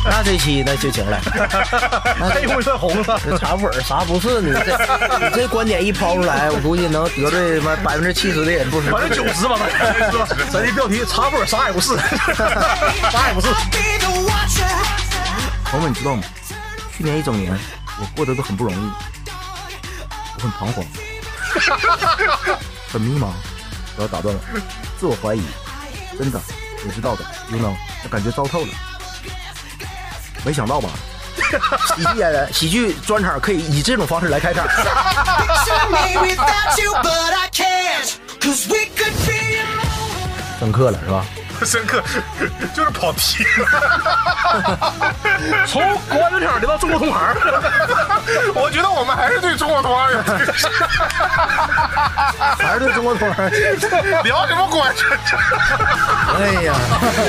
那这期那就行了， 这回算红了。 这查普尔啥不是？你这观点一抛出来，我估计能得罪他妈70%的人不是？ 反正90吧，咱这标题查普尔啥也不是，啥也不是。 朋友们，你知道吗？去年1整年，我过得都很不容易，我很彷徨，很迷茫。我要打断了，自我怀疑，真的，你知道的，you know，我感觉糟透了。没想到吧？喜剧演员、喜剧专场可以以这种方式来开场。深刻了是吧？ 深刻，就是跑题。从国外专场聊到中国同行，我觉得我们还是对中国同行有， 还是对中国同行。 聊什么国外专场？ 哎呀！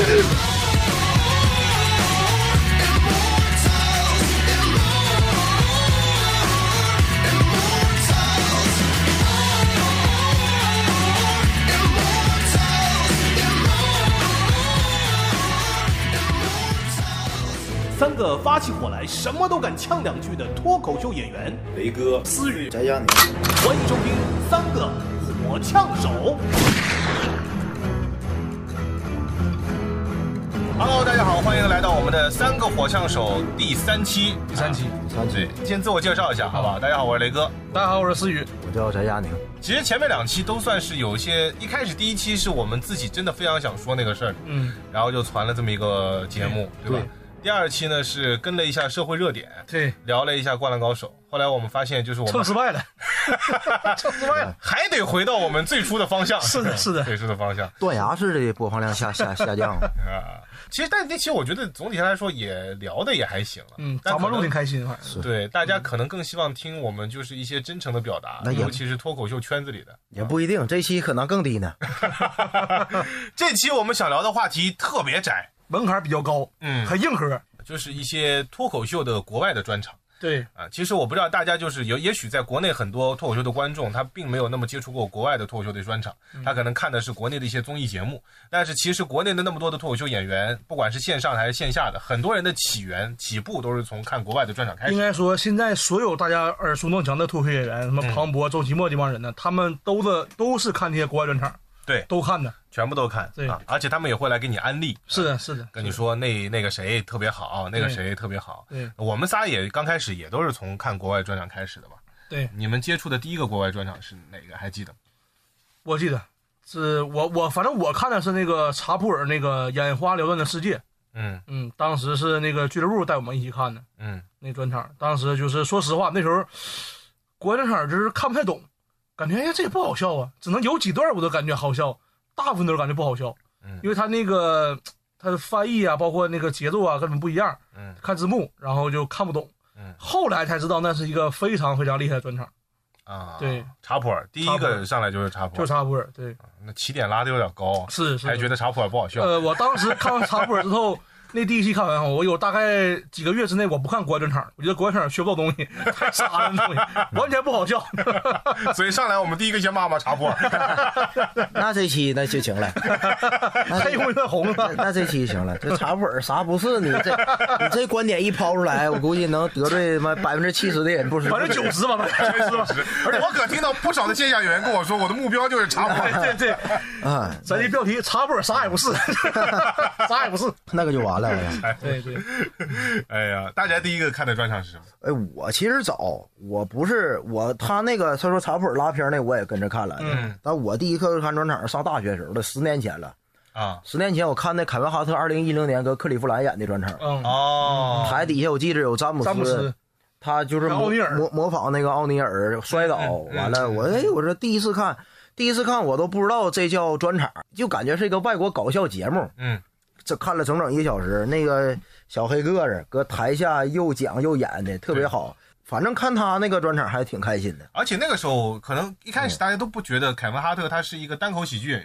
三个发起火来什么都敢呛两句的脱口秀演员雷哥、 思雨， 翟佳宁， 欢迎收听三个火呛手。Hello， 大家好，欢迎来到我们的三个火呛手第3期。对，先自我介绍一下，好不好？大家好，我是雷哥。 大家好，我是思雨。 我叫翟佳宁。 其实前面2期都算是有一些，一开始第1期是我们自己真的非常想说那个事儿，然后就传了这么一个节目，对吧？第2期呢是跟了一下社会热点， 对， 聊了一下《灌篮高手》。后来我们发现，就是我们蹭失败了，蹭失败了， 还得回到我们最初的方向。 是的，是的， 最初的方向。 断崖式的播放量下降啊。其实，但那期我觉得总体上来说也聊的也还行了。 咱们录挺开心，反正对大家可能更希望听我们就是一些真诚的表达，尤其是脱口秀圈子里的。 也不一定，这期可能更低呢。 这期我们想聊的话题特别窄， 门槛比较高，很硬核。 就是一些脱口秀的国外的专场。 对啊，其实我不知道大家就是也许在国内很多脱口秀的观众他并没有那么接触过国外的脱口秀的专场，他可能看的是国内的一些综艺节目，但是其实国内的那么多的脱口秀演员，不管是线上还是线下的，很多人的起步都是从看国外的专场开始。 应该说现在所有大家耳熟能详的脱口秀演员，什么庞博、周奇墨这帮人呢，他们都是看这些国外专场。 对， 都看的， 全部都看。 对啊，而且他们也会来给你安利。 是的，是的， 跟你说那个谁特别好，那个谁特别好。 对， 我们仨也刚开始也都是从看国外专场开始的吧？ 对， 你们接触的第一个国外专场是哪个？还记得吗？ 我记得是我反正我看的是那个查普尔那个眼花缭乱的世界。当时是那个俱乐部带我们一起看的。那专场当时就是说实话，那时候国外专场就是看不太懂。感觉这也不好笑啊，只能有几段我都感觉好笑，大部分都是感觉不好笑。因为他那个他的翻译啊，包括那个节奏啊，根本不一样。看字幕，然后就看不懂。后来才知道那是一个非常非常厉害的专场。啊，对， 查普尔第一个上来就是查普尔， 就查普尔，对。 那起点拉的有点高， 是， 还觉得查普尔不好笑。 我当时看完查普尔之后。那第1期看完后，我有大概几个月之内我不看国外专场，我觉得国外专场学不到东西，太傻了，东西完全不好笑。 所以上来我们第一个先骂查普尔。 那这期那就行了， 这回算红了。 那这期行了，这查普尔啥不是？你这观点一抛出来，我估计能得罪他妈70%的人不是？ 反正90吧， 而且我可听到不少的线下演员跟我说，我的目标就是查普尔。 对，啊，咱这标题查普尔啥也不是，啥也不是， 那个就完了。 对， 哎呀，大家第一个看的专场是什么？ 我其实他那个他说查普尔拉片那我也跟着看了，但我第一个看专场上大学时候的10年前了啊，10年前我看那凯文哈特2010年跟克里夫兰演的专场，台底下我记着有詹姆斯，他就是模仿那个奥尼尔摔倒，完了我说第一次看我都不知道这叫专场，就感觉是一个外国搞笑节目，这看了整1个小时，那个小黑个子搁台下又讲又演的特别好，反正看他那个专场还挺开心的。 而且那个时候可能一开始大家都不觉得凯文哈特他是一个单口喜剧演员，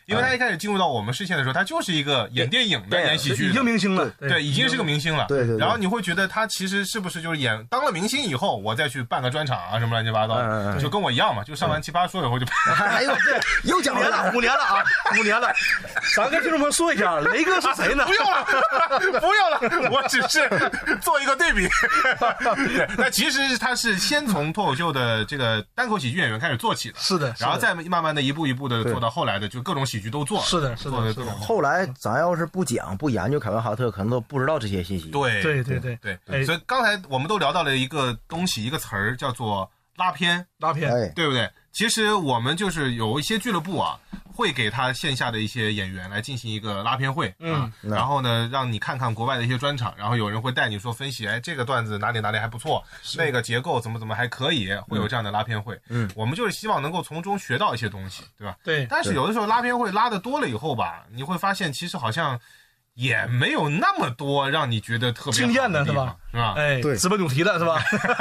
因为他一开始进入到我们视线的时候，他就是一个演电影的、演喜剧的， 已经明星了， 对，已经是个明星了。 对。 然后你会觉得他其实是不是就是当了明星以后，我再去办个专场啊什么乱七八糟，就跟我一样嘛，就上完奇葩说以后就。 哎呦，又讲了 5年了啊，5年了。咱跟听众们说一下，雷哥是谁呢？ 不用了，不用了，我只是做一个对比。对，那其实他是先从脱口秀的这个单口喜剧演员开始做起的， 是的， 然后再慢慢的一步一步的做到后来的就各种喜剧都做了， 是的。 后来咱要是不研究凯文哈特，可能都不知道这些信息。 对， 哎， 所以刚才我们都聊到了一个东西，一个词儿叫做拉片，对不对？其实我们就是有一些俱乐部啊，会给他线下的一些演员来进行一个拉片会，然后呢，让你看看国外的一些专场，然后有人会带你说分析，哎，这个段子哪里还不错，那个结构怎么还可以，会有这样的拉片会。我们就是希望能够从中学到一些东西，对吧？ 对。 但是有的时候拉片会拉的多了以后吧，你会发现其实好像也没有那么多让你觉得特别惊艳的，是吧？哎， 对， 直奔主题的是吧？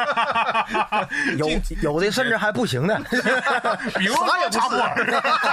有的甚至还不行的， 比如说查普尔，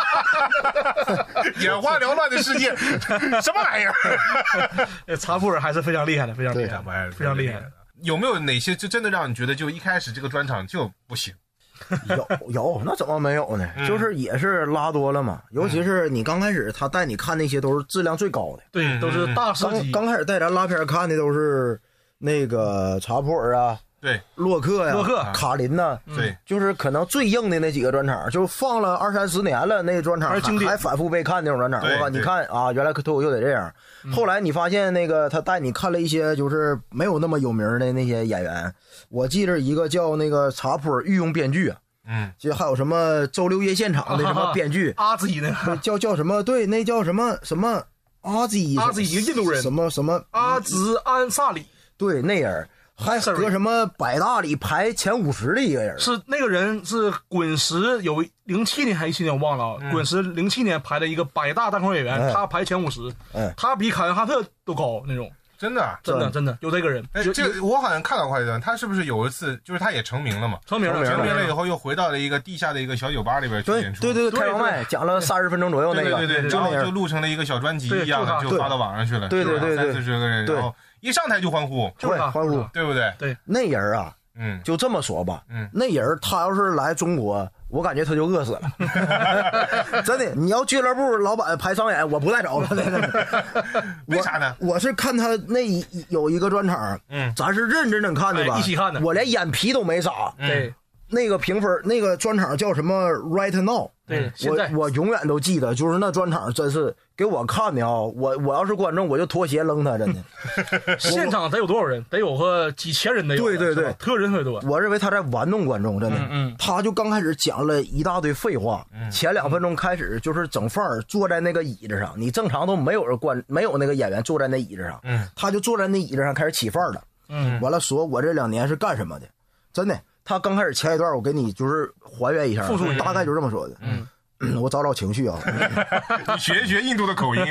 眼花缭乱的世界，什么玩意儿？ 查普尔还是非常厉害的，非常厉害，非常厉害。 有没有哪些就真的让你觉得就一开始这个专场就不行？ 有，那怎么没有呢？就是也是拉多了嘛，尤其是你刚开始他带你看那些都是质量最高的， 对，都是大师级。 刚开始带咱拉片看的都是那个查普尔啊， 对， 洛克呀，卡林呐， 对， 就是可能最硬的那几个专场，就放了20-30年了，那个专场还反复被看那种专场。我靠，你看啊，原来脱口秀得这样。后来你发现那个他带你看了一些就是没有那么有名的那些演员，我记着一个叫那个查普尔御用编剧啊，就还有什么周六夜现场的什么编剧， 阿基呢， 叫什么？对，那叫什么阿基， 一个印度人， 什么阿兹安萨里， 对，那人。还搁什么百大里排前50的一个人， 是那个人是滚石有07年还17年我忘了，滚石07年排的一个百大单口演员，他排前50，他比凯文哈特都高那种， 真的有这个人。 哎，这我好像看到过一段，他是不是有一次就是他也成名了嘛？ 成名了以后又回到了一个地下的一个小酒吧里边去演出， 对，开放麦讲了30分钟左右那个， 对，然后就录成了一个小专辑一样的，就发到网上去了， 对 ，30-40个人，然后一上台就欢呼， 欢呼， 对不对？ 对， 那人啊，就这么说吧，那人他要是来中国，我感觉他就饿死了，真的。你要俱乐部老板排商演，我不带走他的。 为啥呢？ 我是看他那有一个专场，咱是认真看的吧， 一起看的， 我连眼皮都没眨。 对， 那个评分，那个专场叫什么 ？Right Now。 对， 我永远都记得，就是那专场真是给我看的啊！我要是观众，我就脱鞋扔他，真的。 现场得有多少人？得有个几千人得有。 对， 特人特多。 我认为他在玩弄观众，真的。他就刚开始讲了一大堆废话，前2分钟开始就是整范儿，坐在那个椅子上，你正常都没有那个演员坐在那椅子上，他就坐在那椅子上开始起范儿了。完了说我这2年是干什么的，真的。他刚开始前一段，我给你就是还原一下，大概就这么说的。我找情绪啊， 你学一学印度的口音，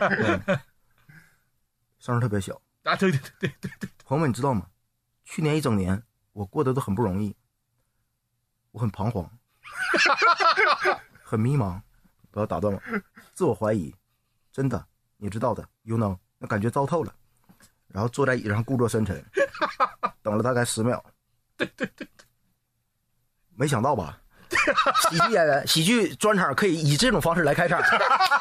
声儿特别小啊。对， 朋友们，你知道吗？去年1整年我过得都很不容易，我很彷徨，很迷茫，不要打断我，自我怀疑，真的，你知道的 ，you know， 那感觉糟透了。然后坐在椅子上故作深沉，等了大概10秒。 对， 没想到吧？喜剧演员、喜剧专场可以以这种方式来开场，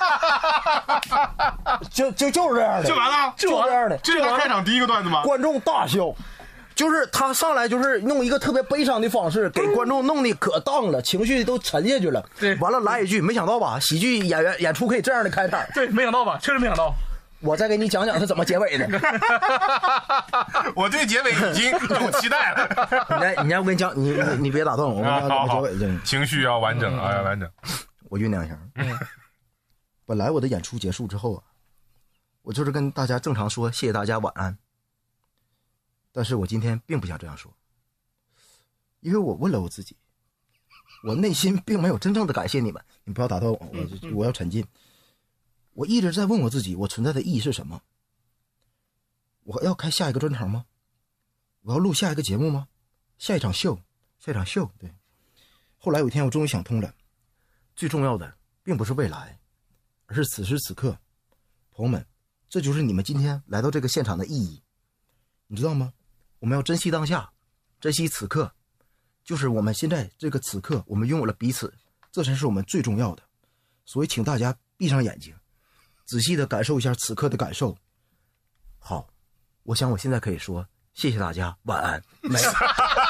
就是这样的， 就完了， 就这样的。 这是他开场第一个段子吗？ 观众大笑，就是他上来就是用一个特别悲伤的方式给观众弄得可荡了，情绪都沉下去了。 对， 完了来一句，没想到吧？喜剧演员演出可以这样的开场。 对，没想到吧？确实没想到。 我再给你讲讲他怎么结尾的。 我对结尾已经有期待了。 你让我跟你讲，你别打断我，我跟你讲怎么结尾。 情绪要完整啊，要完整。 我酝酿一下。本来我的演出结束之后啊，我就是跟大家正常说谢谢大家晚安。但是我今天并不想这样说，因为我问了我自己，我内心并没有真正的感谢你们。你不要打断我，我要沉浸。我一直在问我自己，我存在的意义是什么？我要开下一个专场吗？我要录下一个节目吗？下一场秀，对。后来有一天我终于想通了，最重要的并不是未来， 而是此时此刻。朋友们，这就是你们今天来到这个现场的意义，你知道吗？我们要珍惜当下，珍惜此刻，就是我们现在这个此刻，我们拥有了彼此，这才是我们最重要的。所以请大家闭上眼睛，仔细的感受一下此刻的感受。好，我想我现在可以说谢谢大家，晚安。没有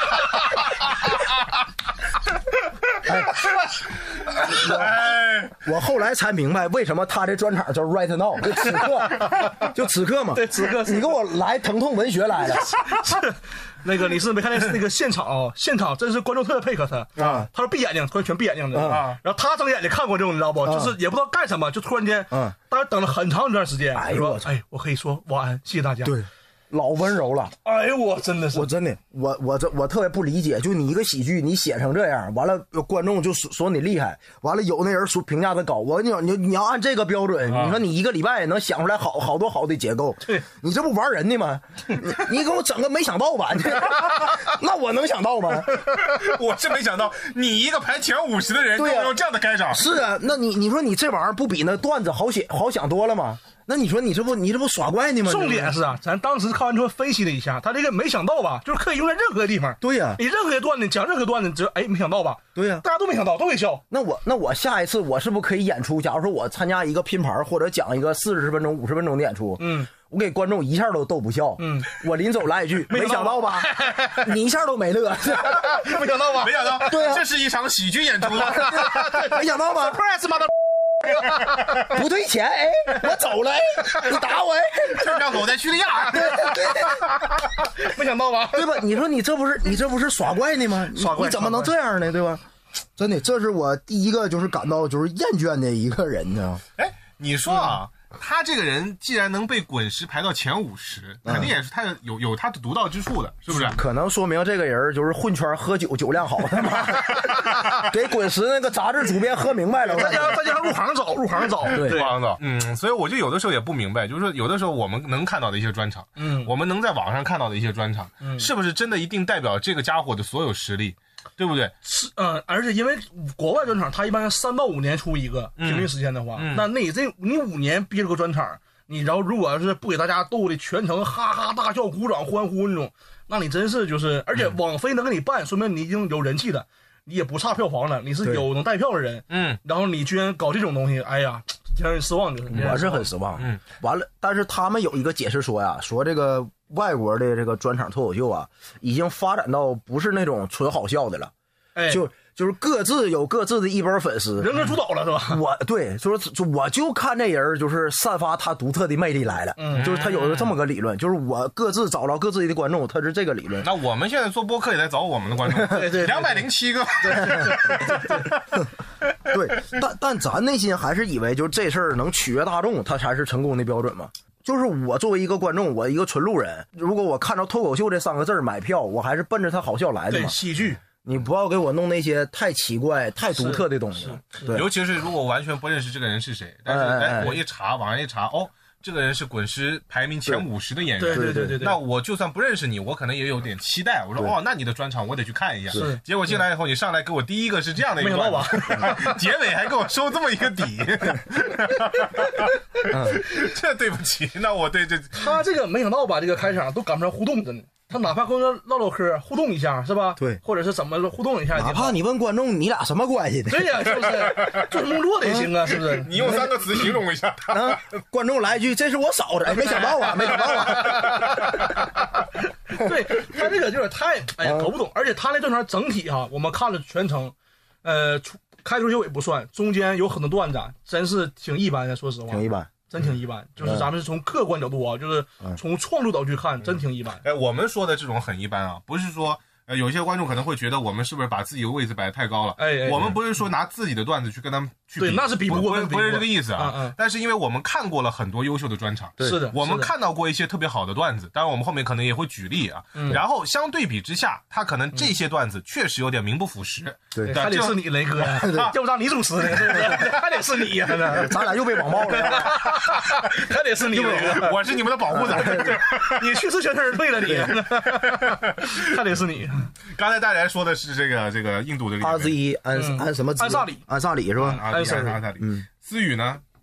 我后来才明白为什么他这专场叫 Right Now， 就此刻，就此刻嘛。 对，此刻。 你给我来疼痛文学来了。 那个你是没看见那个现场啊？现场真是观众特别配合他啊！他说闭眼睛，突然全闭眼睛的啊。然后他睁眼睛看过这种，你知道不？就是也不知道干什么，就突然间，大家等了很长一段时间。 哎呦， 我可以说晚安，谢谢大家。 对。老温柔了， 哎呦，我真的是， 我特别不理解，就你一个喜剧，你写成这样，完了观众就说你厉害，完了有那人说评价他高，你要按这个标准，你说你一个礼拜能想出来好多好的结构， 对， 你这不玩人的吗？你给我整个没想到吧？那我能想到吗？ 我是没想到，你一个排前50的人，都用这样的开场。 是啊，那你说你这玩意儿不比那段子好想多了吗？那你说你这不耍怪呢吗？ 重点是啊，咱当时看完之后分析了一下，他这个没想到吧，就是可以用在任何地方。 对呀， 你任何段子讲任何段子，没想到吧？ 对呀， 大家都没想到，都会笑。 那我下一次我是不是可以演出？假如说我参加一个拼盘或者讲一个40分钟、50分钟的演出，我给观众一下都逗不笑，我临走来一句，没想到吧？你一下都没乐， 没想到吧？ 没想到， 对啊， 这是一场喜剧演出， 没想到吧 ？Surprise， 妈的！ 不退钱，我走了，你打我， 这让狗在叙利亚， 没想到吧？ 对吧？你说你这不是耍怪呢吗？ 耍怪， 你怎么能这样呢？对吧？真的，这是我第一个就是感到就是厌倦的一个人呢。 哎，你说啊。他这个人既然能被滚石排到前50，肯定也是他有他的独到之处的，是不是？ 可能说明这个人就是混圈喝酒量好的嘛，给滚石那个杂志主编喝明白了。 再加上入行早， 对， 入行早。所以我就有的时候也不明白，就是说有的时候我们能看到的一些专场，我们能在网上看到的一些专场，是不是真的一定代表这个家伙的所有实力？对不对？ 是，而且因为国外专场，他一般3到5年出一个，平均时间的话，那你5年憋着个专场，你然后如果要是不给大家逗的全程哈哈大笑、鼓掌欢呼那种，那你真是就是，而且网飞能给你办，说明你已经有人气的，你也不差票房了，你是有能带票的人，然后你居然搞这种东西，哎呀，让人失望就是。 我是很失望，完了，但是他们有一个解释说呀，说这个外国的这个专场脱口秀啊，已经发展到不是那种纯好笑的了，就是各自有各自的一波粉丝， 人格主导了是吧？ 我就看这人就是散发他独特的魅力来了，就是他有这么个理论，就是我各自找着各自的观众，他是这个理论。 那我们现在做播客也在找我们的观众， 对 207个， 对，但咱内心还是以为就是这事儿能取悦大众，它才是成功的标准嘛。就是我作为一个观众，我一个纯路人，如果我看到脱口秀这3个字买票，我还是奔着他好笑来的嘛。 对，喜剧。 你不要给我弄那些太奇怪、太独特的东西。对， 尤其是如果完全不认识这个人是谁，但是我一查，网上一查，这个人是滚石排名前50的演员。 对。 那我就算不认识你，我可能也有点期待。我说那你的专场我得去看一下。结果进来以后，你上来给我第一个是这样的一个段子，结尾还给我收这么一个底。这对不起，那我对他这个没想到吧？这个开场都赶不上互动，真的。他哪怕跟人唠嗑互动一下是吧？ 对， 或者是怎么互动一下， 哪怕你问观众你俩什么关系的？ 对呀，是不是？做梦做的也行啊，是不是？ 你用3个词形容一下他。 观众来一句：“这是我嫂子。”没想到啊！ 对，他这个就是太搞不懂，而且他那专场整体我们看了全程，开头结尾不算，中间有很多段子，真是挺一般的，说实话， 挺一般。 真挺一般，就是咱们是从客观角度就是从创作角度去看，真挺一般。 我们说的这种很一般啊，不是说有些观众可能会觉得我们是不是把自己的位置摆得太高了？我们不是说拿自己的段子去跟他们去比， 对，那是比不过， 不是这个意思啊。但是因为我们看过了很多优秀的专场， 是的， 我们看到过一些特别好的段子，当然我们后面可能也会举例啊。然后相对比之下，他可能这些段子确实有点名不副实。 对， 还得是你雷哥，要不让你主持呢，是不是？还得是你呀， 咱俩又被网暴了， 还得是你， 我是你们的保护者， 你去吃全身而退了，你还得是你。 刚才大家说的是这个印度的 RZ 安什么？ 安萨里是吧？ 安萨里。思雨呢？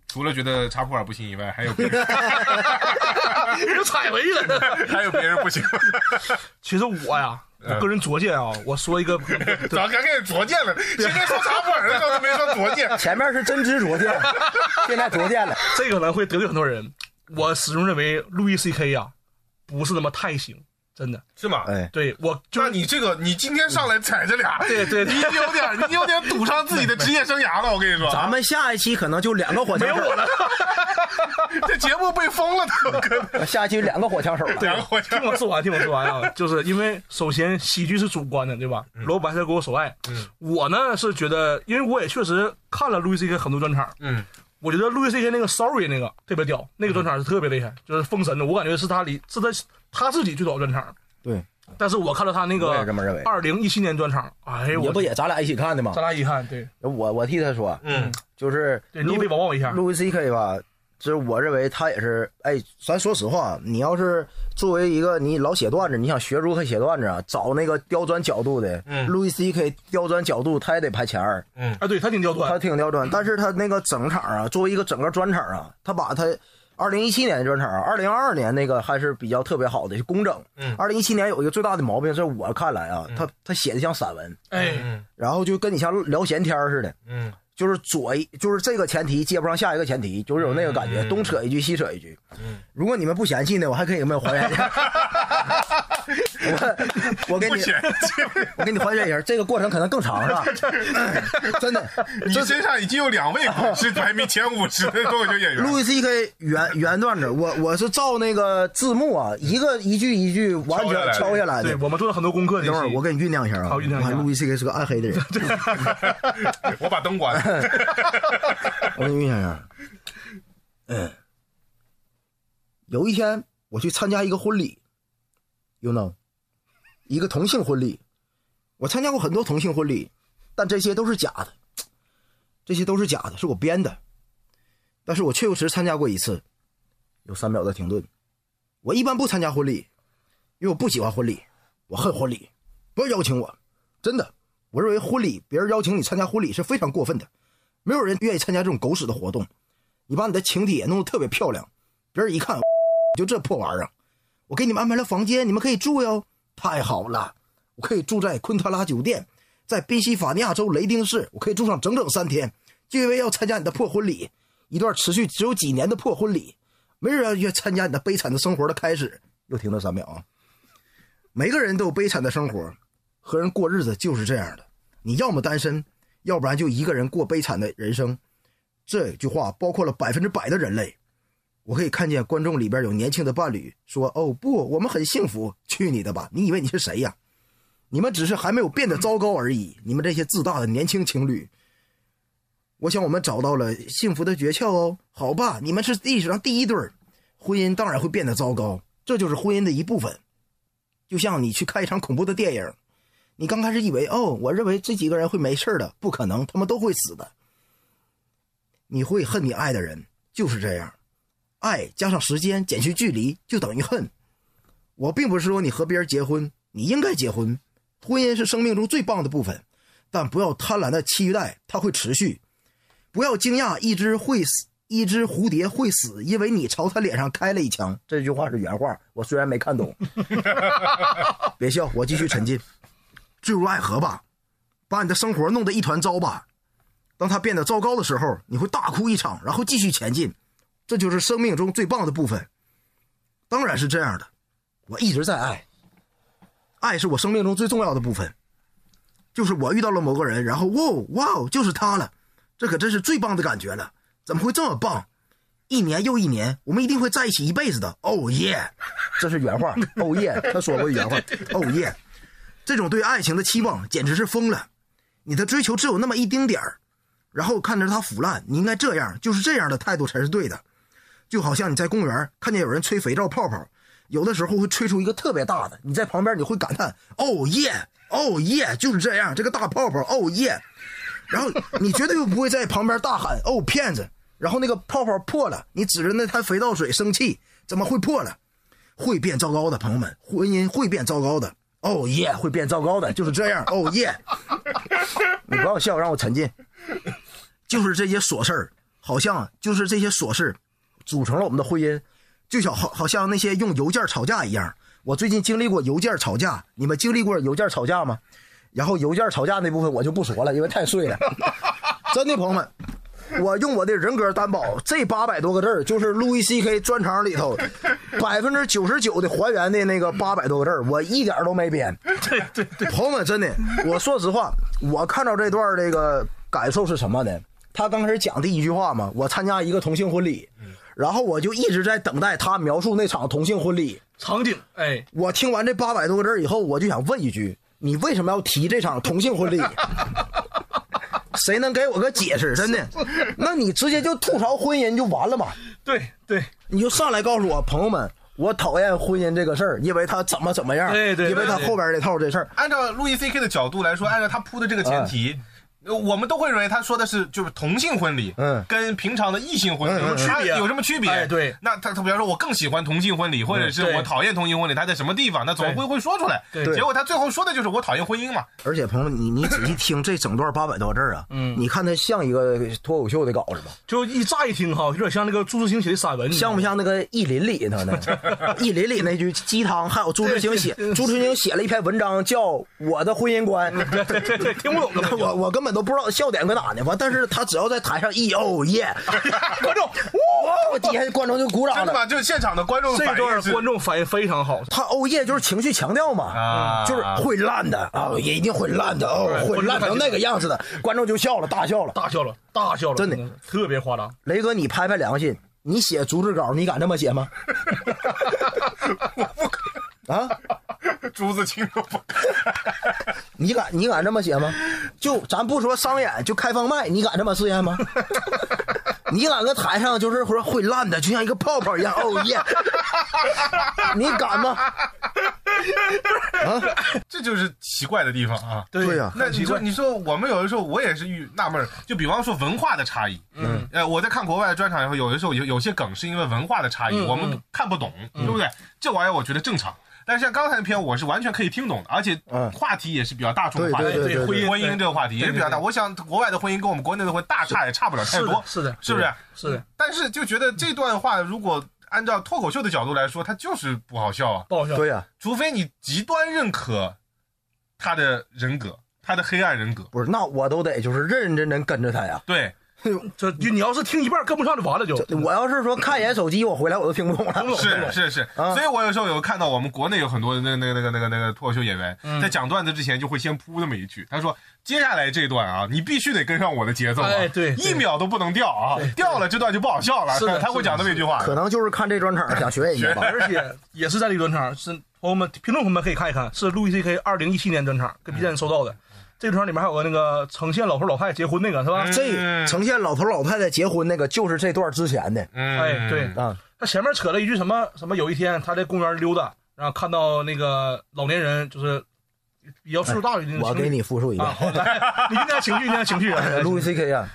除了觉得查普尔不行以外，还有别人又踩回去了， 还有别人不行。 其实我呀，我个人拙见啊，我说一个， 早该给你拙见了。前面说查普尔的时候都没说拙见， 前面是真知灼见，现在拙见了。 这个可能会得罪很多人。我始终认为路易 CK 呀，不是那么太行。真的是吗？ 哎， 对我就那你这个，你今天上来踩着俩， 对， 你有点赌上自己的职业生涯了。我跟你说， 咱们下一期可能就2个火枪手， 没有我了， 这节目被封了都。 下一期2个火枪手了 ，2个火枪手。 听我说完啊，就是因为首先喜剧是主观的，对吧？罗伯·白菜给我所爱，我呢是觉得，因为我也确实看了路易 CK 很多专场，我觉得路易 CK 那个 Sorry 那个特别屌，那个专场是特别厉害，就是封神的，我感觉是他自己最早专场。 对。 但是我看了他那个2017年专场，哎呦， 也不也咱俩一起看的吗？ 咱俩一起看，对， 我替他说，就是你别帮我一下， 路易 CK 吧，就是我认为他也是，哎，咱说实话，你要是作为一个你老写段子，你想学如何写段子啊，找那个刁钻角度的，路易 CK 刁钻角度他也得排前儿， 对他挺刁钻， 但是他那个整场啊，作为一个整个专场啊，他把他。2017年的专场，2022年那个还是比较特别好的工整。2017年有一个最大的毛病，是我看来啊，他写的像散文，然后就跟你像聊闲天似的，就是就是这个前提接不上下一个前提，就是有那个感觉，东扯一句西扯一句。如果你们不嫌弃呢，我还可以给你们还原一下。我给你还原一下，这个过程可能更长是吧？真的， 你身上已经有2位是排名前50的脱口秀演员。 路易 CK 原段子，我是照那个字幕啊，一句一句完全敲下来的。 对，我们做了很多功课。 等会儿我给你酝酿一下啊。 好，酝酿一下。 路易 CK 是个暗黑的人。 我把灯关了。 我给你酝酿一下。有一天我去参加一个婚礼。You know， 一个同性婚礼，我参加过很多同性婚礼，但这些都是假的，是我编的。但是我确实参加过一次，有3秒的停顿。我一般不参加婚礼，因为我不喜欢婚礼，我恨婚礼，不要邀请我，真的，我认为婚礼别人邀请你参加婚礼是非常过分的，没有人愿意参加这种狗屎的活动。你把你的请帖弄得特别漂亮，别人一看，就这破玩意儿。我给你们安排了房间，你们可以住哟，太好了！我可以住在昆特拉酒店，在宾夕法尼亚州雷丁市，我可以住上整整3天，就因为要参加你的破婚礼，一段持续只有几年的破婚礼，没人要参加你的悲惨的生活的开始。又停了3秒啊！每个人都有悲惨的生活，和人过日子就是这样的，你要么单身，要不然就一个人过悲惨的人生。这句话包括了100%的人类。我可以看见观众里边有年轻的伴侣说，哦不，我们很幸福，去你的吧，你以为你是谁呀？你们只是还没有变得糟糕而已，你们这些自大的年轻情侣。我想我们找到了幸福的诀窍哦，好吧，你们是历史上第一对，婚姻当然会变得糟糕，这就是婚姻的一部分。就像你去看一场恐怖的电影，你刚开始以为，我认为这几个人会没事的，不可能，他们都会死的。你会恨你爱的人，就是这样。爱加上时间减去距离就等于恨。我并不是说你和别人结婚，你应该结婚，婚姻是生命中最棒的部分，但不要贪婪的期待它会持续。不要惊讶一只蝴蝶会死，因为你朝他脸上开了一枪。这句话是原话，我虽然没看懂。别笑，我继续沉浸。坠入爱河吧，把你的生活弄得一团糟吧。当它变得糟糕的时候，你会大哭一场，然后继续前进。这就是生命中最棒的部分。当然是这样的，我一直在爱，爱是我生命中最重要的部分。就是我遇到了某个人，然后哇，就是他了，这可真是最棒的感觉了。怎么会这么棒？一年又一年，我们一定会在一起一辈子的。Oh yeah， 这是原话。Oh yeah， 他说过原话。Oh yeah， 这种对爱情的期望简直是疯了。你的追求只有那么一丁点儿，然后看着它腐烂，你应该这样，就是这样的态度才是对的。就好像你在公园看见有人吹肥皂泡泡，有的时候会吹出一个特别大的，你在旁边你会感叹 Oh yeah， 就是这样，这个大泡泡 Oh yeah， 然后你绝对不会在旁边大喊哦骗子，然后那个泡泡破了，你指着那滩肥皂水生气，怎么会破了？会变糟糕的，朋友们，婚姻会变糟糕的。Oh yeah， 会变糟糕的，就是这样。Oh yeah， 你不要笑，让我沉浸。就是这些琐事儿， 好像就是这些琐事组成了我们的婚姻，就好像那些用邮件吵架一样。我最近经历过邮件吵架，你们经历过邮件吵架吗？然后邮件吵架那部分我就不说了，因为太碎了。真的朋友们，我用我的人格担保，这800多个字就是路易 CK 专场里头99%的还原的那个800多个字，我一点都没编。 对， 朋友们，真的，我说实话，我看到这段这个感受是什么呢？他刚开始讲第一句话嘛，我参加一个同性婚礼，然后我就一直在等待他描述那场同性婚礼场景。哎， 我听完这800多个字以后，我就想问一句：你为什么要提这场同性婚礼？谁能给我个解释？真的，那你直接就吐槽婚姻就完了嘛？ 对， 你就上来告诉我，朋友们，我讨厌婚姻这个事儿，因为他怎么样？ 对， 因为他后边这套这事儿。 按照路易 CK 的角度来说，按照他铺的这个前提。我们都会认为他说的是就是同性婚礼，跟平常的异性婚礼有什么区别？ 哎，对。 那他比方说我更喜欢同性婚礼，或者是我讨厌同性婚礼，他在什么地方？那总会说出来。 对。 结果他最后说的就是我讨厌婚姻嘛。 而且朋友们，你仔细听这整段800多字啊，你看它像一个脱口秀的稿子吧？ 就乍一听哈，有点像那个朱自清写的散文， 像不像那个《意林》里头呢？《意林》里那句鸡汤，还有朱自清写了一篇文章叫《我的婚姻观》。 对，听不懂的。 我根本都不知道笑点搁哪呢？但是他只要在台上观众，哇，底下观众就鼓掌了。 真的吗？就是现场的观众这段观众反应非常好。 他就是情绪强调嘛，就是会烂的啊，也一定会烂的会烂成那个样子的，观众就笑了，大笑了， 真的特别夸张。 雷哥，你拍良心，你写逐字稿，你敢这么写吗？ 我不敢啊。 朱自清都不敢。 你敢这么写吗？就咱不说商演，就开放麦，你敢这么试验吗？你敢搁台上就是会烂的，就像一个泡泡一样，你敢吗？啊， 这就是奇怪的地方啊。 对呀。 那你说我们有的时候我也是纳闷，就比方说文化的差异。我在看国外的专场以后，有的时候有些梗是因为文化的差异，我们看不懂，对不对？这玩意儿我觉得正常。但是像刚才那篇，我是完全可以听懂的，而且话题也是比较大众的话题， 对婚姻这个话题也是比较大。我想国外的婚姻跟我们国内的婚姻也差不了太多， 是的， 是不是？ 是的。 但是就觉得这段话如果按照脱口秀的角度来说，它就是不好笑啊， 不好笑。 对呀， 除非你极端认可他的人格，他的黑暗人格。 不是，那我都得就是认认真真跟着他呀。 对。 就你要是听一半跟不上就完了就。 我要是说看一眼手机，我回来我都听不懂了。 是，所以我有时候有看到我们国内有很多那个脱口秀演员在讲段子之前就会先铺那么一句，他说接下来这段啊，你必须得跟上我的节奏啊， 对 ，1秒都不能掉啊，掉了这段就不好笑了。他会讲那么一句话， 可能就是看这专场想学一下吧。 而且也是在这个专场，是朋友们听众朋友们可以看一看，是路易 CK 2017年专场跟 B 站收到的。这个专场里面还有个那个呈现老头老太太结婚那个是吧？ 这呈现老头老太太结婚那个就是这段之前的。 哎，对啊，他前面扯了一句什么，有一天他在公园溜达，然后看到那个老年人就是比较岁数大的那个。 我给你复述一遍。 你今天情绪啊， 路易 CK 啊，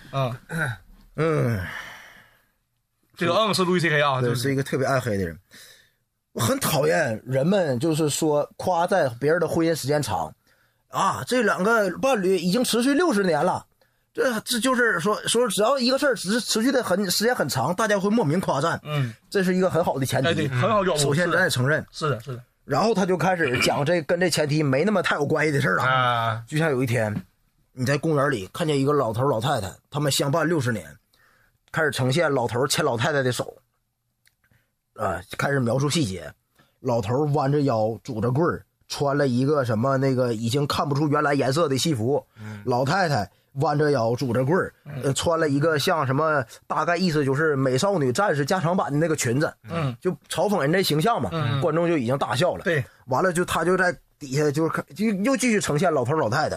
这个是路易 CK 啊， 对，是一个特别暗黑的人。我很讨厌人们就是说夸赞别人的婚姻时间长。啊，这两个伴侣已经持续60年了，这就是说只要一个事儿持续的时间很长，大家会莫名夸赞，这是一个很好的前提， 对，很好角度。 首先咱也承认， 是的。 然后他就开始讲跟这前提没那么太有关系的事儿了。就像有一天你在公园里看见一个老头老太太，他们相伴60年，开始呈现老头牵老太太的手，开始描述细节，老头弯着腰拄着棍儿。穿了一个什么那个已经看不出原来颜色的西服，老太太弯着腰拄着棍儿，穿了一个像什么大概意思就是美少女战士加长版的那个裙子，就嘲讽人这形象嘛，观众就已经大笑了。 对， 完了他就在底下就又继续呈现老头老太太，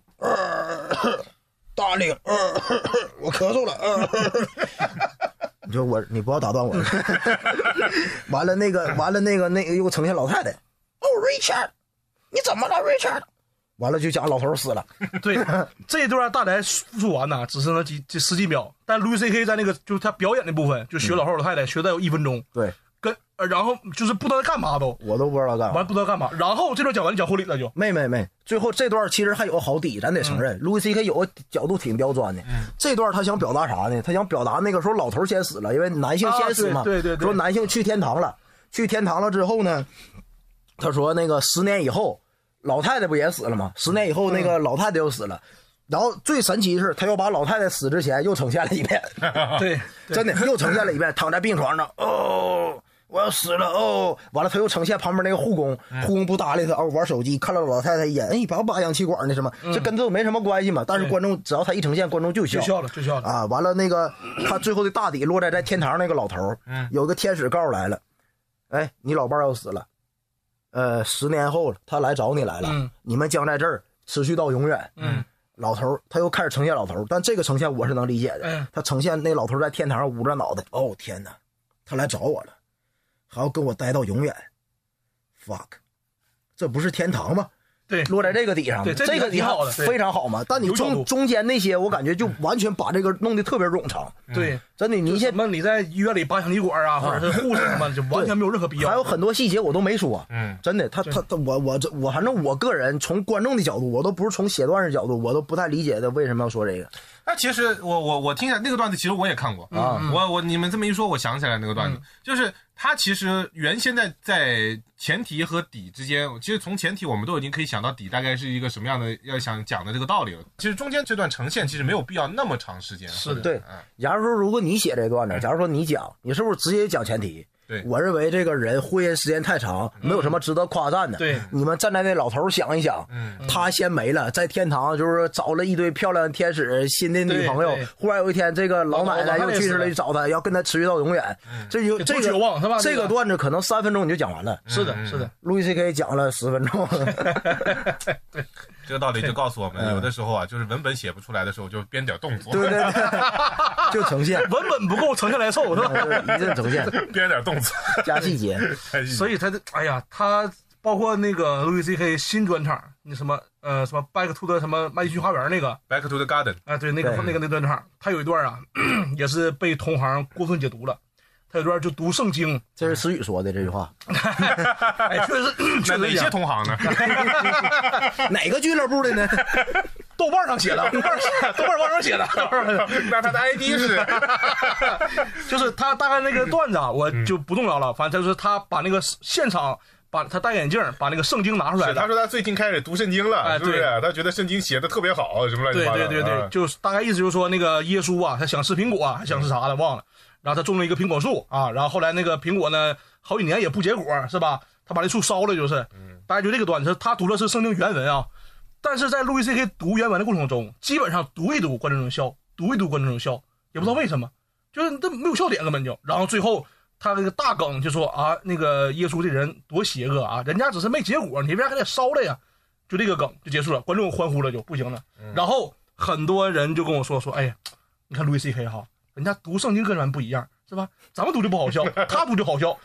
大领，我咳嗽了，你说你不要打断我。完了那个又呈现老太太，Richard。你怎么了 ，Richard？ 完了就讲老头死了。 对，这一段大来复述完呢，只是那10几秒。但 Louis CK 在那个就是他表演的部分，就学老头老太太学的有1分钟。 对， 然后就是不知道在干嘛都， 我都不知道干嘛， 完不知道干嘛。然后这段讲完讲婚礼了就没，最后这段其实还有好底，咱得承认，路易 C K 有个角度挺刁钻的。这段他想表达啥呢？他想表达那个时候老头先死了，因为男性先死嘛， 对， 说男性去天堂了，之后呢，他说那个10年以后，老太太不也死了吗？10年以后那个老太太又死了。然后最神奇的是，他又把老太太死之前又呈现了一遍， 对， 真的又呈现了一遍，躺在病床上，哦，我要死了，哦，完了他又呈现旁边那个护工不搭理他，玩手机，看了老太太一眼，哎，拔氧气管那什么，这跟这都没什么关系嘛。但是观众只要他一呈现，观众就笑了啊。完了那个他最后的大底落在天堂那个老头，有个天使告诉来了，哎，你老伴要死了，10年后他来找你来了，你们将在这儿持续到永远，老头他又开始呈现老头，但这个呈现我是能理解的。他呈现那老头在天堂上捂着脑袋，哦天哪，他来找我了，还要跟我待到永远 ，fuck， 这不是天堂吗？ 对， 落在这个底上， 对， 这个底好的， 非常好嘛。但你中间那些，我感觉就完全把这个弄得特别冗长。 对， 真的， 你在医院里拔氧气管啊，或者是护士什么，就完全没有任何必要。 还有很多细节我都没说。真的，我反正我个人从观众的角度，我都不是从写段的角度，我都不太理解的为什么要说这个。 那其实我听下那个段子，其实我也看过啊。你们这么一说，我想起来那个段子，就是他其实原先在前提和底之间，其实从前提我们都已经可以想到底大概是一个什么样的要想讲的这个道理了。其实中间这段呈现其实没有必要那么长时间。 是的， 对。假如说如果你写这段子，假如说你讲，你是不是直接讲前提？ 对， 我认为这个人婚姻时间太长，没有什么值得夸赞的。 对， 你们站在那老头想一想，他先没了，在天堂就是找了一堆漂亮的天使，新的女朋友。忽然有一天，这个老奶奶又去世了，去找他，要跟他持续到永远。这个绝望是吧？ 这个段子可能3分钟你就讲完了。 是的， 路易 C.K. 讲了10分钟。 对。这个道理就告诉我们，有的时候啊，就是文本写不出来的时候，就编点动作。 对，就呈现。 文本不够，呈现来凑是吧？ 一阵呈现， 编点动作， 加细节。 所以他他包括那个路易 C.K. 新专场，那什么Back to the 什么麦迪逊花园那个 Back to the Garden， 对，那专场，他有一段啊，也是被同行过分解读了。他有段就读圣经， 这是思雨说的这句话。 哎，确实哪些同行呢？ 哪个俱乐部的呢？ 豆瓣上写的，豆瓣网上写的。 那他的 ID 是， 就是他大概那个段子啊，我就不重要了。反正就是他把那个现场。把他戴眼镜，把那个圣经拿出来了。 他说他最近开始读圣经了，是不是？他觉得圣经写的特别好，什么乱七八糟。 对，就是大概意思就是说，那个耶稣啊，他想吃苹果啊，还想吃啥的忘了。然后他种了一个苹果树啊，然后后来那个苹果呢，好几年也不结果，是吧？他把那树烧了，就是。大家就这个段子，他读的是圣经原文啊，但是在路易 C.K. 读原文的过程中，基本上读一读观众就笑，读一读观众就笑，也不知道为什么，就是这没有笑点根本就。然后最后。他那个大梗就说啊，那个耶稣这人多邪恶啊，人家只是没结果，你为啥还得烧了呀？就这个梗就结束了，观众欢呼了就不行了。然后很多人就跟我说，哎呀，你看路易 C.K. 哈，人家读圣经跟咱不一样，是吧？咱们读就不好笑，他读就好笑。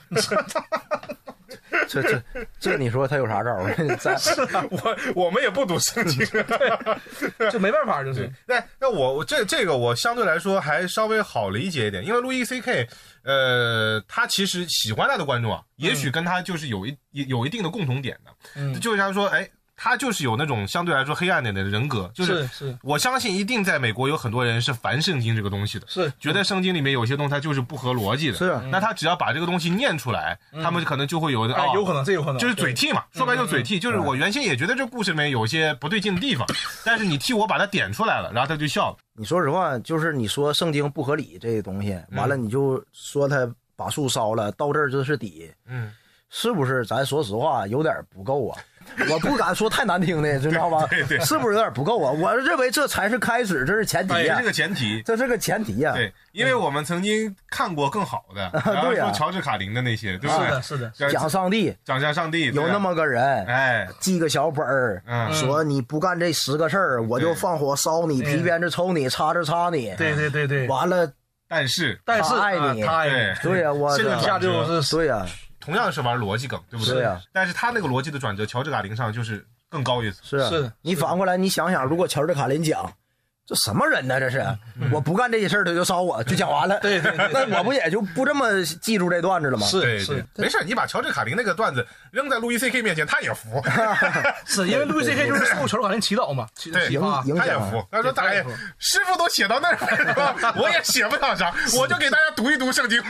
这你说他有啥招儿？ 我们也不读圣经， 就没办法，就是。 那我这个我相对来说还稍微好理解一点，因为路易 C.K. 他其实喜欢他的观众啊，也许跟他就是有一定的共同点的，就像说，哎。他就是有那种相对来说黑暗点的人格，就是我相信一定在美国有很多人是烦圣经这个东西的， 是觉得圣经里面有些东西它就是不合逻辑的， 是。 那他只要把这个东西念出来，他们可能就会有有可能，这有可能， 就是嘴替嘛，说白就是嘴替，就是我原先也觉得这故事里面有些不对劲的地方，但是你替我把它点出来了，然后他就笑了。 你说实话，就是你说圣经不合理这个东西，完了你就说他把树烧了，到这儿就是底，是不是？咱说实话有点不够啊。我不敢说太难听的，知道吗？ 对， 是不是有点不够啊？我认为这才是开始，这是前提呀，这是个前提， 这是个前提呀。 对，因为我们曾经看过更好的，然后说乔治卡林的那些，对不对？ 是的， 讲上帝，有那么个人， 哎， 记个小本儿，说你不干这10个事儿，我就放火烧你，皮鞭子抽你，叉子插你。 对， 完了， 但是他爱你，对呀，我这个下就是对呀。 同样是玩逻辑梗，对不对？ 对呀。 但是他那个逻辑的转折，乔治卡林上就是更高一层。 是。你反过来，你想想，如果乔治卡林讲， 这什么人呢？这是，我不干这些事儿，他就烧我，就讲完了。 对， 那我不也就不这么记住这段子了吗？ 是， 没事，你把乔治卡林那个段子扔在路易 CK 面前，他也服。 是因为路易 CK 就是受乔治卡林祈祷嘛， 对，他也服。他说：“大爷，师傅都写到那儿了，我也写不了啥，我就给大家读一读圣经。”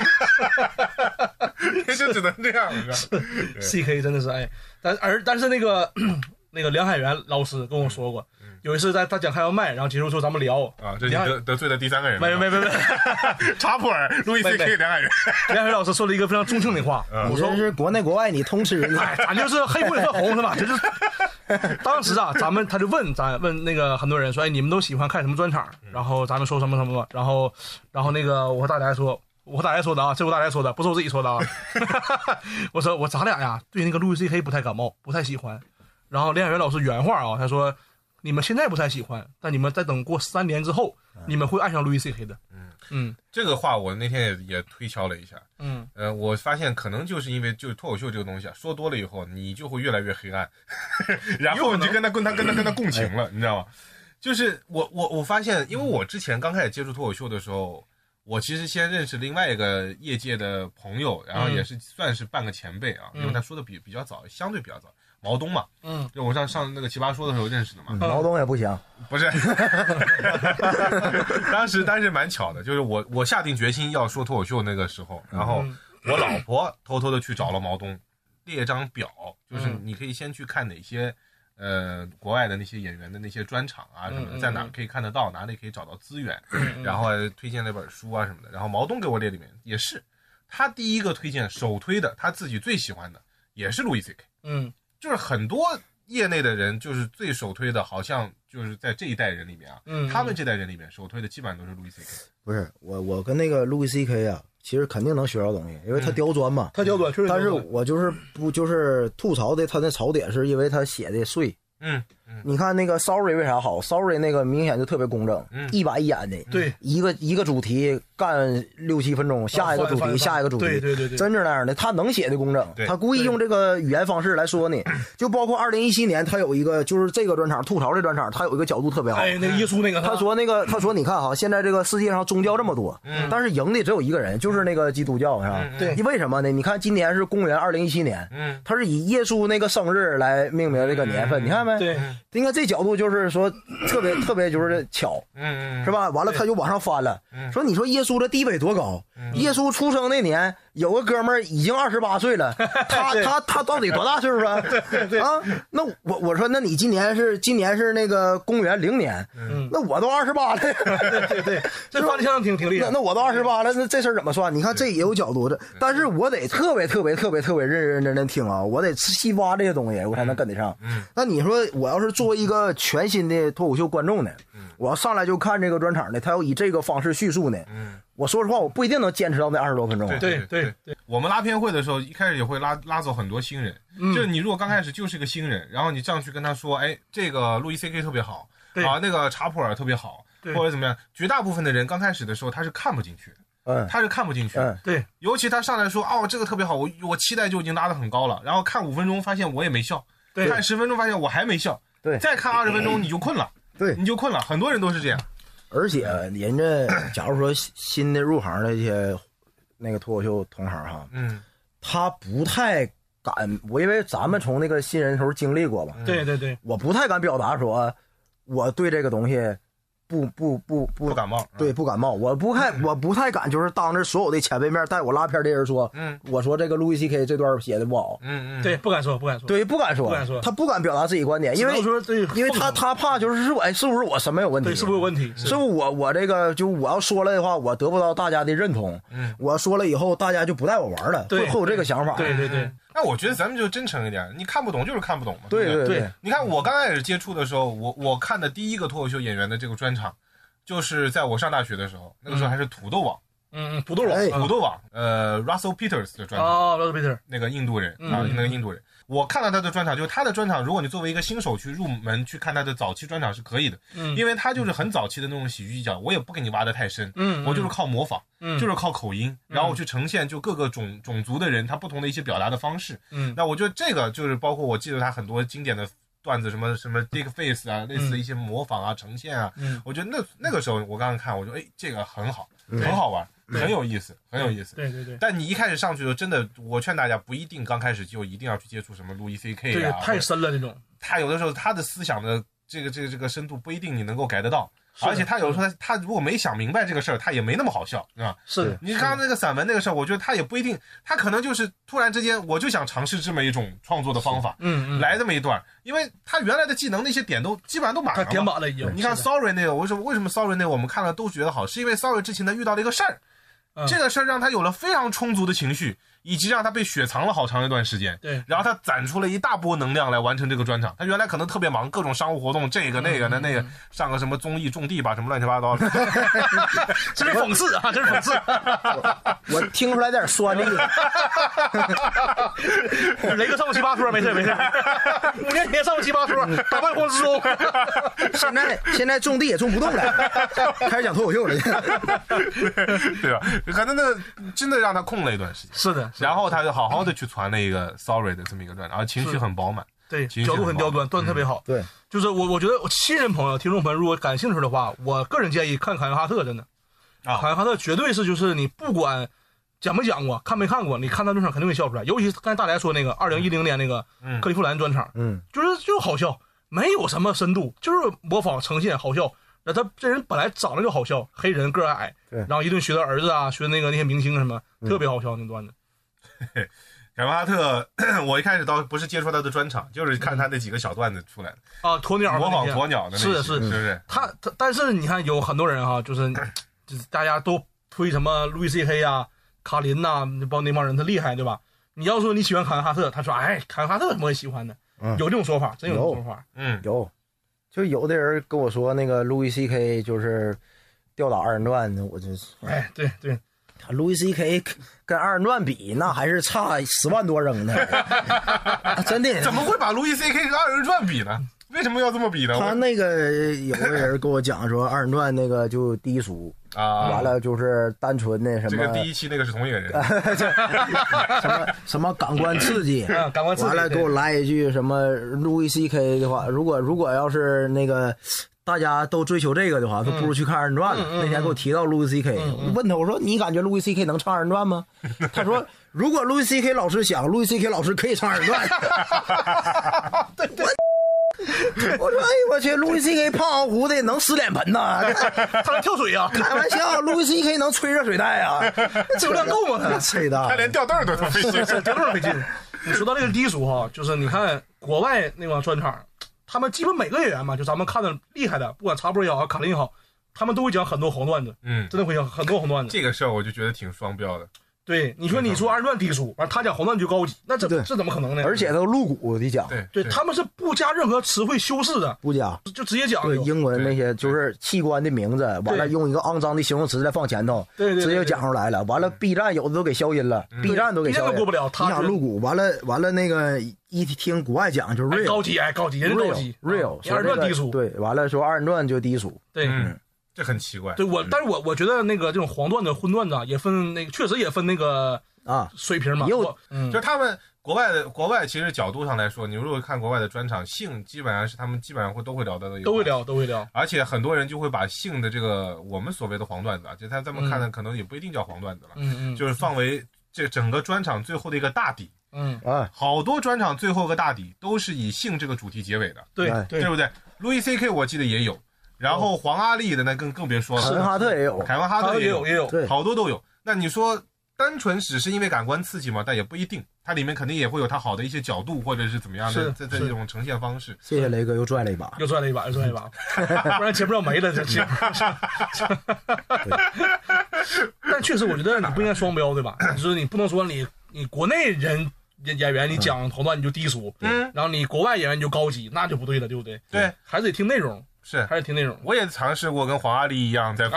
就只能这样，你知道 CK 真的是哎，但是那个梁海源老师跟我说过。有一次他讲开完麦，然后结束之后咱们聊啊，这是得罪的第3个人。 没， 查普尔、路易 CK 梁海源。 梁海源老师说了一个非常中性的话， 我说是国内国外你通吃， 哎，咱就是黑不也算红是吧？就是当时啊，他就问那个很多人说，哎，你们都喜欢看什么专场？然后咱们说什么什么，然后那个我和大家说的啊，这我大家说的，不是我自己说的啊。我说咱俩呀对那个路易 CK 不太感冒，不太喜欢。然后梁海源老师原话啊，他说。你们现在不太喜欢，但你们再等过3年之后，你们会爱上路易 CK 的。 这个话我那天也推敲了一下。我发现可能就是因为就是脱口秀这个东西啊，说多了以后，你就会越来越黑暗，然后你就跟他共情了，你知道吗？就是我发现，因为我之前刚开始接触脱口秀的时候，我其实先认识另外一个业界的朋友，然后也是算是半个前辈啊，因为他说的比较早，相对比较早。毛东嘛，就我上那个奇葩说的时候认识的嘛。 毛东也不行， 不是。当时蛮巧的，就是我下定决心要说脱口秀那个时候，然后我老婆偷偷的去找了毛东，列张表，就是你可以先去看哪些国外的那些演员的那些专场啊什么的，在哪可以看得到，哪里可以找到资源，然后推荐那本书啊什么的。然后毛东给我列里面也是，他第一个推荐首推的，他自己最喜欢的也是路易 CK。就是很多业内的人，就是最首推的，好像就是在这一代人里面啊，他们这代人里面首推的基本上都是路易 CK。 不是我跟那个路易 CK 啊，其实肯定能学着东西，因为他刁钻嘛， 他刁钻， 但是我就是吐槽的他的槽点，是因为他写的碎。你看那个 Sorry 为啥好 ？Sorry 那个明显就特别公正，一板一眼的， 对， 一个主题干6、7分钟，下一个主题，下一个主题， 对， 真是那样的。他能写的公正，他故意用这个语言方式来说呢。就包括2017年，他有一个就是这个专场吐槽这专场，他有一个角度特别好。 哎，那个耶稣那个， 他说你看哈，现在这个世界上宗教这么多，但是赢的只有一个人，就是那个基督教，是吧？ 对， 为什么呢？你看今年是公元2017年，他是以耶稣那个生日来命名这个年份，你看没？ 对， 你看这角度就是说特别就是巧，是吧？完了他就往上翻了，说你说耶稣的地位多高？耶稣出生那年，有个哥们儿已经28岁了，他到底多大岁数啊？ 对啊，那我说那你今年是那个公元0年，那我都28了， 对，这翻的相当挺厉害。 那我都28了，那这事儿怎么算？你看这也有角度的，但是我得特别认真听啊，我得细挖这些东西，我才能跟得上。那你说我要是作为一个全新的脱口秀观众呢，我要上来就看这个专场呢，他要以这个方式叙述呢，我说实话，我不一定能坚持到那20多分钟。 对， 我们拉片会的时候，一开始也会拉走很多新人。就是你如果刚开始就是个新人，然后你上去跟他说，哎，这个路易 CK 特别好啊，那个查普尔特别好，或者怎么样，绝大部分的人刚开始的时候他是看不进去的。他是看不进去。 对， 尤其他上来说，哦，这个特别好，我期待就已经拉得很高了，然后看5分钟发现我也没笑，看10分钟发现我还没笑， 对， 再看20分钟你就困了， 对， 你就困了，很多人都是这样。 而且人家假如说新的入行的一些那个脱口秀同行哈，他不太敢，我因为咱们从那个新人时候经历过嘛， 对， 我不太敢表达说我对这个东西不感冒， 对，不感冒，我不太敢，就是当着所有的前辈面带我拉片的人说，我说这个路易 CK 这段写的不好， 对，不敢说， 对，不敢说，他不敢表达自己观点，因为他怕就是说，哎，是不是我审美有问题？ 对，是不是有问题？ 是不是我这个就我要说了的话，我得不到大家的认同，我说了以后大家就不带我玩了，会有这个想法。 对。 那我觉得咱们就真诚一点，你看不懂就是看不懂嘛。 对。 你看我刚开始接触的时候，我看的第一个脱口秀演员的这个专场，就是在我上大学的时候，那个时候还是土豆网。 土豆网，Russell Peters 的专场。 Russell Peters 那个印度人啊，那个印度人。我看到他的专场，就是他的专场，如果你作为一个新手去入门去看他的早期专场是可以的，因为他就是很早期的那种喜剧技巧，我也不给你挖得太深，我就是靠模仿，就是靠口音，然后我去呈现就各个种族的人他不同的一些表达的方式，那我觉得这个就是包括我记得他很多经典的段子，什么 Dick Face 啊，类似的一些模仿啊、呈现啊，我觉得那个时候我刚刚看，我说这个很好，很好玩，很有意思，很有意思。 对对对。 但你一开始上去的，真的，我劝大家不一定刚开始就一定要去接触什么路易 CK 啊， 对，太深了这种。 他有的时候他的思想的这个深度不一定你能够改得到。而且他有时候他如果没想明白这个事儿，他也没那么好笑，是吧？ 是你刚刚那个散文那个事儿，我觉得他也不一定，他可能就是突然之间我就想尝试这么一种创作的方法，来这么一段，因为他原来的技能那些点都基本上都满了， 他点满了已经。 你看 Sorry 那个，为什么 Sorry 那个我们看了都觉得好，是因为 Sorry 之前他遇到了一个事儿，这个事儿让他有了非常充足的情绪。以及让他被雪藏了好长一段时间， 对， 然后他攒出了一大波能量来完成这个专场。他原来可能特别忙，各种商务活动，这个那个的，那个上个什么综艺种地吧，什么乱七八糟的， 这是讽刺啊，这是讽刺。 我听出来点酸的意思。 雷哥上过奇葩说，没事。5年前上过奇葩说，打败黄志忠。 现在种地也种不动了，开始讲脱口秀了， 对吧？可能那真的让他空了一段时间。 是的， 然后他就好好的去传了一个 Sorry 的这么一个专场，而情绪很饱满， 对，角度很刁钻，段子特别好。 对， 就是我觉得新人朋友、听众朋友如果感兴趣的话，我个人建议看凯文哈特，真的，凯文哈特绝对是就是你不管讲没讲过、看没看过，你看他专场肯定会笑出来。尤其刚才大来说那个2010年那个克利夫兰专场，就是好笑，没有什么深度，就是模仿呈现好笑。那他这人本来长得就好笑，黑人个儿矮，然后一顿学他儿子啊，学那些明星什么，特别好笑那段子。 凯文哈特，我一开始倒不是接触他的专场，就是看他那几个小段子出来的啊，鸵鸟模仿鸵鸟的那些， 是不是？ 他，但是你看有很多人哈，就是大家都推什么路易 CK 啊、卡林呐，那帮人他厉害，对吧？你要说你喜欢凯文哈特，他说凯文哈特我也喜欢的，有这种说法，真有这种说法， 有。就有的人跟我说那个路易 CK 就是吊打二人转，我就对， 路易 CK 跟二人转比，那还是差10万多扔的，真的。 怎么会把路易 CK 跟二人转比呢？为什么要这么比呢？ 他那个有个人跟我讲说，二人转那个就低俗啊，完了就是单纯的什么。 这跟第一期那个是同一个人。 什么感官刺激， 感官刺激。 完了给我来一句什么路易 CK 的话，如果要是那个大家都追求这个的话，都不如去看二人转了。那天给我提到路易 CK，问他我说你感觉路易 CK 能唱二人转吗？他说如果路易 CK 老师想，路易 CK 老师可以唱二人转。我说我去，路易 CK 胖乎乎的能撕脸盆呐， 他能跳水啊？ 开玩笑，路易 CK 能吹热水袋啊？ 这量够吗？ 吹的， 他连吊凳都费劲， 吊凳费劲。你说到这个低俗哈，就是你看国外那帮专场，他们基本每个演员嘛，就咱们看的厉害的，不管查波也好，卡林也好，他们都会讲很多黄段子，真的会讲很多黄段子。 这个事儿我就觉得挺双标的。 对，你说二人转低俗，完他讲黄段就高级，那这怎么可能呢？ 而且都露骨的讲， 对，他们是不加任何词汇修饰的， 不加， 就直接讲。 对，英文那些就是器官的名字，完了用一个肮脏的形容词再放前头， 对， 直接讲出来了。完了 ，B 站有的都给消音了，B 站都给消音， 过不了。 你想露骨，完了那个一听国外讲就是 real， 高级，人家高级 real， 二人转低俗， 对，完了说二人转就低俗， 对， 这很奇怪。 对但是我觉得那个这种黄段子、荤段子也分那个，确实也分那个。水平嘛， 就是他们国外其实角度上来说，你如果看国外的专场，性基本上是他们基本上都会聊到的一个， 都会聊， 而且很多人就会把性的这个我们所谓的黄段子啊，就咱们看的可能也不一定叫黄段子了，就是放为这整个专场最后的一个大底，好多专场最后个大底都是以性这个主题结尾的， 对不对？路易 CK 我记得也有，然后黄阿丽的那更别说了， 凯文哈特也有， 凯文哈特也有， 对， 好多都有。那你说单纯只是因为感官刺激嘛？但也不一定，它里面肯定也会有它好的一一些角度，或者是怎么样的这种呈现方式。 谢谢雷哥，又拽了一把， 不然节目要没了这节目。但确实，我觉得你不应该双标，对吧？就是你不能说你国内演员你讲黄段你就低俗，然后你国外演员你就高级，那就不对了，对不对？ 对， 还是得听内容。 是还是挺那种。 我也尝试过跟黄阿丽一样在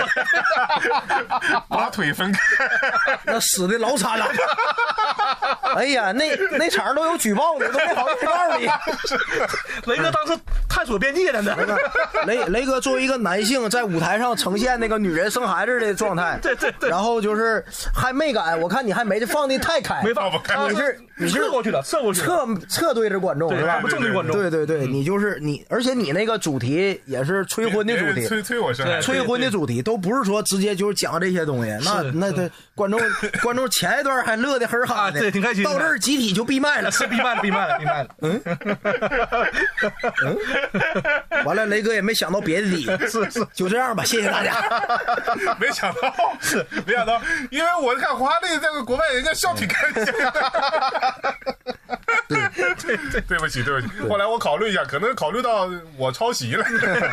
把腿分开， 那死的老惨了。哎呀，那场都有举报的，都没好举报你。 雷哥当时探索边界了呢。 雷哥作为一个男性，在舞台上呈现那个女人生孩子的状态， 对， 然后就是还没敢，我看你还没放的太开， 没放不开， 你是侧过去了，侧对着观众是吧？ 正对观众， 对，你就是你，而且你那个主题也是催婚的主题， 催我生孩子， 催婚的主题都不是说直接就是讲这些东西，那对观众前一段还乐得很哈的， 对，挺开心。 到这儿集体就闭麦了， 是闭麦了。 完了，雷哥也没想到别的理， 是， 就这样吧，谢谢大家。 没想到，因为我看华丽在国外人家笑挺开心。对不起。后来我考虑一下，可能考虑到我抄袭了。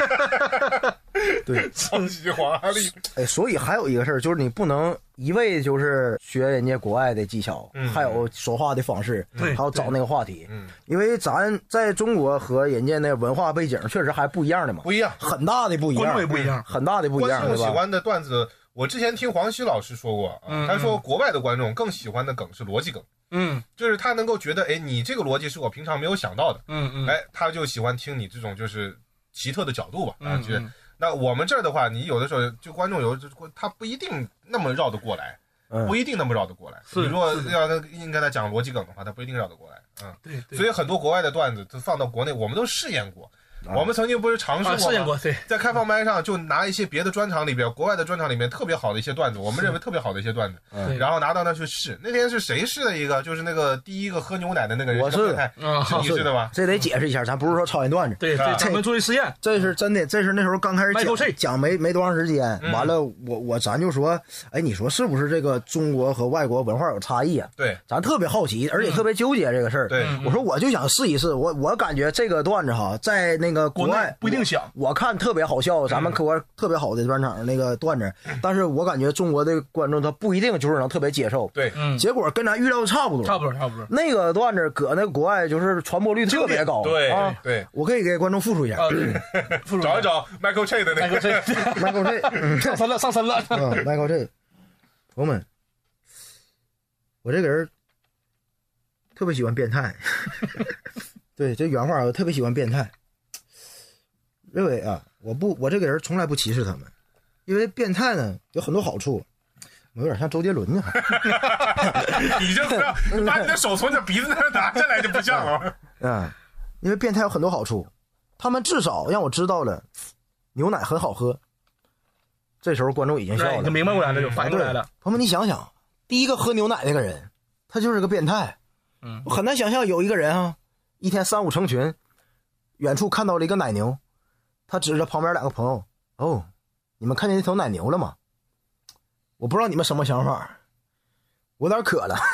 对， 抄袭黄阿丽。 哎，所以还有一个事儿，就是你不能一味就是学人家国外的技巧，还有说话的方式，还有找那个话题。因为咱在中国和人家那文化背景确实还不一样的嘛， 不一样， 很大的不一样， 观众也不一样， 很大的不一样， 观众喜欢的段子，我之前听黄西老师说过，他说国外的观众更喜欢的梗是逻辑梗。就是他能够觉得，哎，你这个逻辑是我平常没有想到的，哎，他就喜欢听你这种就是奇特的角度吧，就是那我们这儿的话，你有的时候就观众他不一定那么绕得过来，不一定那么绕得过来。你如果要跟他讲逻辑梗的话，他不一定绕得过来。 对。 所以很多国外的段子放到国内，我们都试验过。我们曾经不是尝试过吗？在开放麦上就拿一些别的专场里边，国外的专场里面特别好的一些段子，我们认为特别好的一些段子，然后拿到那去试。那天是谁试的一个？就是那个第一个喝牛奶的那个人， 我是你试的吧？ 这得解释一下，咱不是说抄人段子， 对，咱们做的实验， 这是真的，这是那时候刚开始讲没多长时间，完了咱就说，哎，你说是不是这个中国和外国文化有差异啊？ 对， 咱特别好奇，而且特别纠结这个事儿。 对， 我说我就想试一试，我感觉这个段子哈，在那个国外不一定想， 我看特别好笑，咱们国特别好的专场那个段子，但是我感觉中国的观众他不一定就是能特别接受。 对， 结果跟咱预料的差不多。那个段子搁那国外就是传播率特别高。 对啊， 对， 我可以给观众复述一下。 找一找 Michael Che 的那个 Michael Che 上身了。 Michael Che， 朋友们，我这个人特别喜欢变态。对，这原话我特别喜欢变态。认为啊，我这个人从来不歧视他们，因为变态呢有很多好处。我有点像周杰伦呢。 你就不要把你的手从你的鼻子那儿拿下来就不像了。 因为变态有很多好处，他们至少让我知道了牛奶很好喝。这时候观众已经笑了， 就明白过来了，就反应过来了。 朋友们，你想想，第一个喝牛奶那个人，他就是个变态。我很难想象有一个人啊，一天3-5成群，远处看到了一个奶牛。他指着旁边2个朋友，哦，你们看见那头奶牛了吗？我不知道你们什么想法，我有点渴了。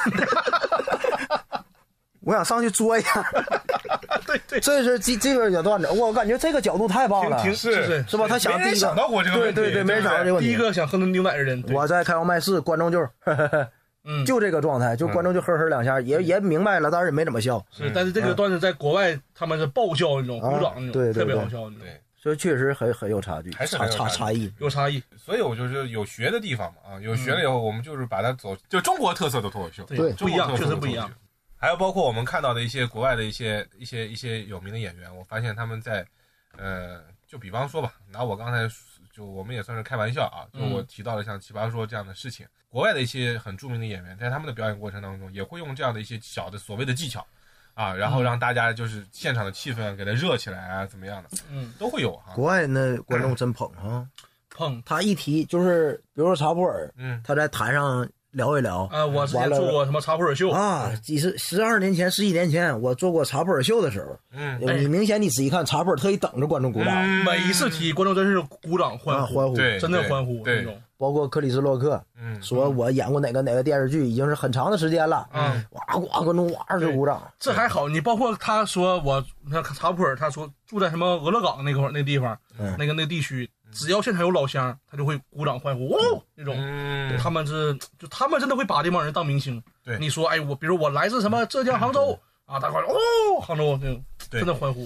我想上去嘬一下。 对， 这是这个小段子，我感觉这个角度太棒了， 是吧？他想第一个想到过这个问题， 对，没想到这个问题。 第一个想喝牛奶的人， 我在开放麦试，观众就是就这个状态，就观众就呵呵2下，也明白了，但是也没怎么笑。 是，但是这个段子在国外他们是爆笑那种，鼓掌那种， 对， 特别好笑那种。 对， 所以确实很有差距， 还是差异， 有差异。 所以我就是有学的地方嘛，有学了以后，我们就是把它走，就中国特色的脱口秀， 对，不一样，确实不一样。 还有包括我们看到的一些国外的一些有名的演员，我发现他们在，就比方说吧，拿我刚才就我们也算是开玩笑啊，就我提到了像奇葩说这样的事情，国外的一些很著名的演员，在他们的表演过程当中，也会用这样的一些小的所谓的技巧啊，然后让大家就是现场的气氛给它热起来啊，怎么样的，都会有哈。 国外那观众真捧啊，他一提就是比如说查普尔，他在台上聊一聊啊，我之前做过什么查普尔秀啊，12年前、11年前，我做过查普尔秀的时候，你明显你仔细看，查普尔特意等着观众鼓掌， 每一次提观众真是鼓掌欢呼，真的欢呼那种。 包括克里斯洛克，说我演过哪个电视剧，已经是很长的时间了，哇，观众哇就鼓掌。 这还好，你包括他说我那查普尔，他说住在什么俄勒冈那地方，那个地区。只要现场有老乡，他就会鼓掌欢呼，那种，他们真的会把这帮人当明星。 对， 你说，哎，比如我来自什么浙江杭州啊，大伙杭州那种，真的欢呼。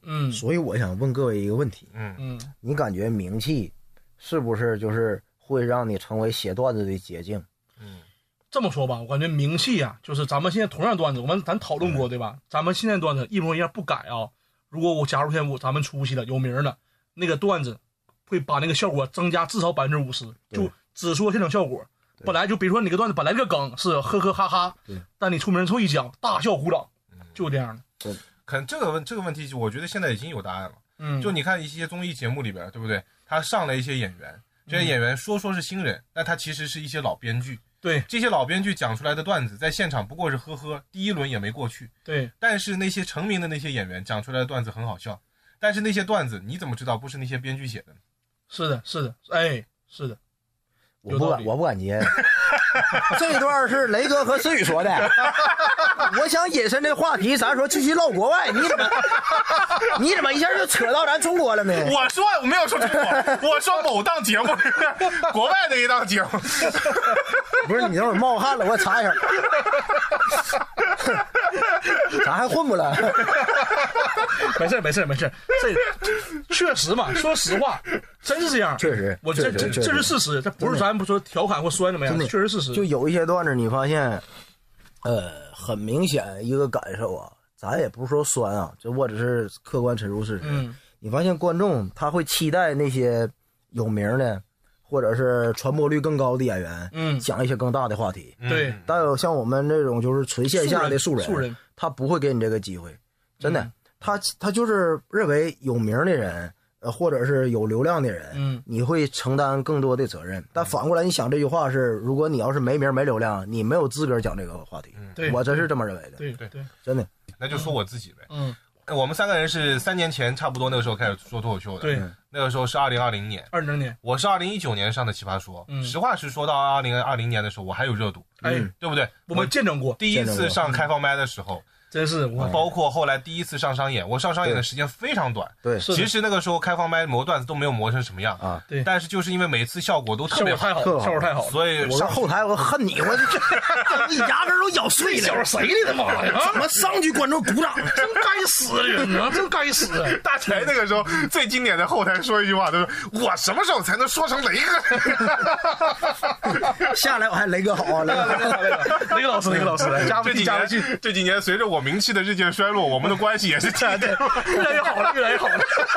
所以我想问各位一个问题，你感觉名气是不是就是会让你成为写段子的捷径？ 这么说吧，我感觉名气啊，就是咱们现在同样段子，咱讨论过对吧？咱们现在段子一模一样不改啊。如果假如现在咱们出息了，有名了，那个段子会把那个效果增加至少50%，就只说现场效果。本来就比如说你个段子本来这个梗是呵呵哈哈，但你出名之后一讲大笑鼓掌，就这样的。 可能这个问题，我觉得现在已经有答案了。就你看一些综艺节目里边，对不对？他上了一些演员，这些演员说是新人，但他其实是一些老编剧。 对， 这些老编剧讲出来的段子，在现场不过是呵呵，第一轮也没过去。 对， 但是那些成名的那些演员讲出来的段子很好笑，但是那些段子你怎么知道不是那些编剧写的呢？ 是的，哎，是的， 我不敢接。这一段是雷哥和思雨说的。我想引申这话题，咱说继续唠国外，你怎么一下就扯到咱中国了呢？ 我没有说中国，我说某档节目，国外的一档节目。 不是你等会儿冒汗了，我查一下。咱还混不了？ 没事，这确实嘛，说实话，真是这样。 确实， 这是事实，这不是咱不说调侃或酸怎么样，确实事实。 就有一些段子，你发现，很明显一个感受啊，咱也不是说酸啊，这我只是客观陈述事实。你发现观众他会期待那些有名的，或者是传播率更高的演员，讲一些更大的话题。 对， 但有像我们这种就是纯线下的素人，他不会给你这个机会，真的。他就是认为有名的人，或者是有流量的人，你会承担更多的责任。但反过来，你想这句话是，如果你要是没名没流量，你没有资格讲这个话题。我真是这么认为的。 对， 真的。 那就说我自己呗。我们3个人是3年前差不多那个时候开始说脱口秀的。 对， 那个时候是2020年。 2020年， 我是2019年上的奇葩说。实话实说，到2020年的时候，我还有热度，对不对？ 我们见证过第一次上开放麦的时候。 真是包括后来第一次上商演，我上商演的时间非常短。 对， 其实那个时候开放麦磨段子都没有磨成什么样啊。 对， 但是就是因为每次效果都特别好，效果太好， 所以我上后台我恨你，你牙根都咬碎了。 谁的他妈呀？ 怎么上去观众鼓掌？ 真该死人啊！真该死！ 大柴那个时候最经典的后台说一句话，就是我什么时候才能说成雷哥？下来我还雷哥好啊，雷哥老师，加不进。 这几年随着我名气的日渐衰落，我们的关系也是越来越好了，越来越好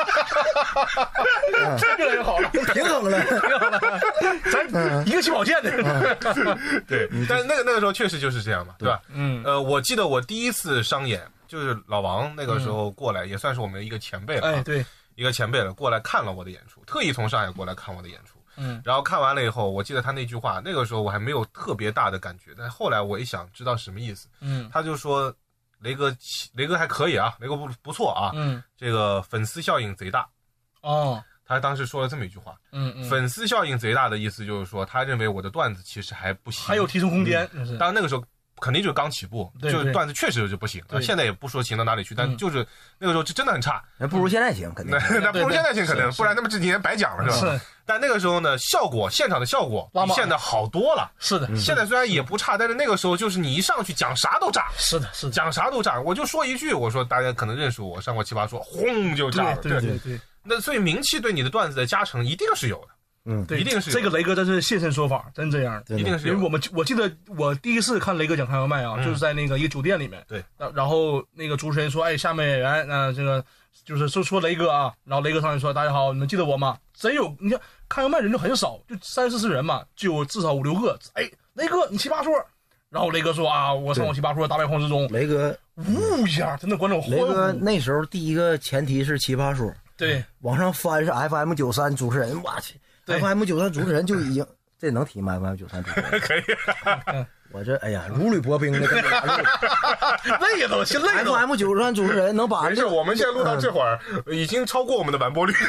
了， 平衡了， 咱一个起跑线的。 对，但那个时候确实就是这样嘛，对吧？我记得我第一次商演就是老王那个时候过来，也算是我们一个前辈了， 对， 一个前辈了，过来看了我的演出，特意从上海过来看我的演出。然后看完了以后，我记得他那句话，那个时候我还没有特别大的感觉，但后来我一想，知道什么意思。他就说。雷哥还可以啊，雷哥不错啊，这个粉丝效应贼大。他当时说了这么一句话，粉丝效应贼大的意思就是说，他认为我的段子其实还不行， 还有提升空间。 当然那个时候肯定就是刚起步，就段子确实就不行，现在也不说行到哪里去，但就是那个时候就真的很差， 那不如现在行，肯定那不如现在行，肯定，不然他们这几年白讲了是吧？但那个时候呢，现场的效果比现在好多了。 是的， 现在虽然也不差，但是那个时候就是你一上去讲啥都炸。 是的， 讲啥都炸。我就说一句，我说大家可能认识我，上过奇葩说，轰就炸了。 对。 那所以名气对你的段子的加成一定是有的。 对， 一定是这个雷哥真是现身说法，真这样， 一定是。 因为我记得我第一次看雷哥讲开放麦啊，就是在那个一个酒店里面。 对。 然后那个主持人说：“哎，下面演员，这个就是说雷哥啊。”然后雷哥上去说：“大家好，你们记得我吗？”真有，你看开放麦人就很少，就30-40人嘛，就有至少5-6个。哎，雷哥，你奇葩说。然后雷哥说啊，我上过奇葩说，大败黄志忠。 雷哥呜一下，真的观众雷哥那时候第一个前提是奇葩说。 对， 往上翻是 FM93 主持人，我去 ，FM93 主持人就已经这能提吗 ？FM93 主持人可以。 我这哎呀如履薄冰的， 累都行，累都。 FM93 主持人能把没事，我们现在录到这会儿已经超过我们的完播率。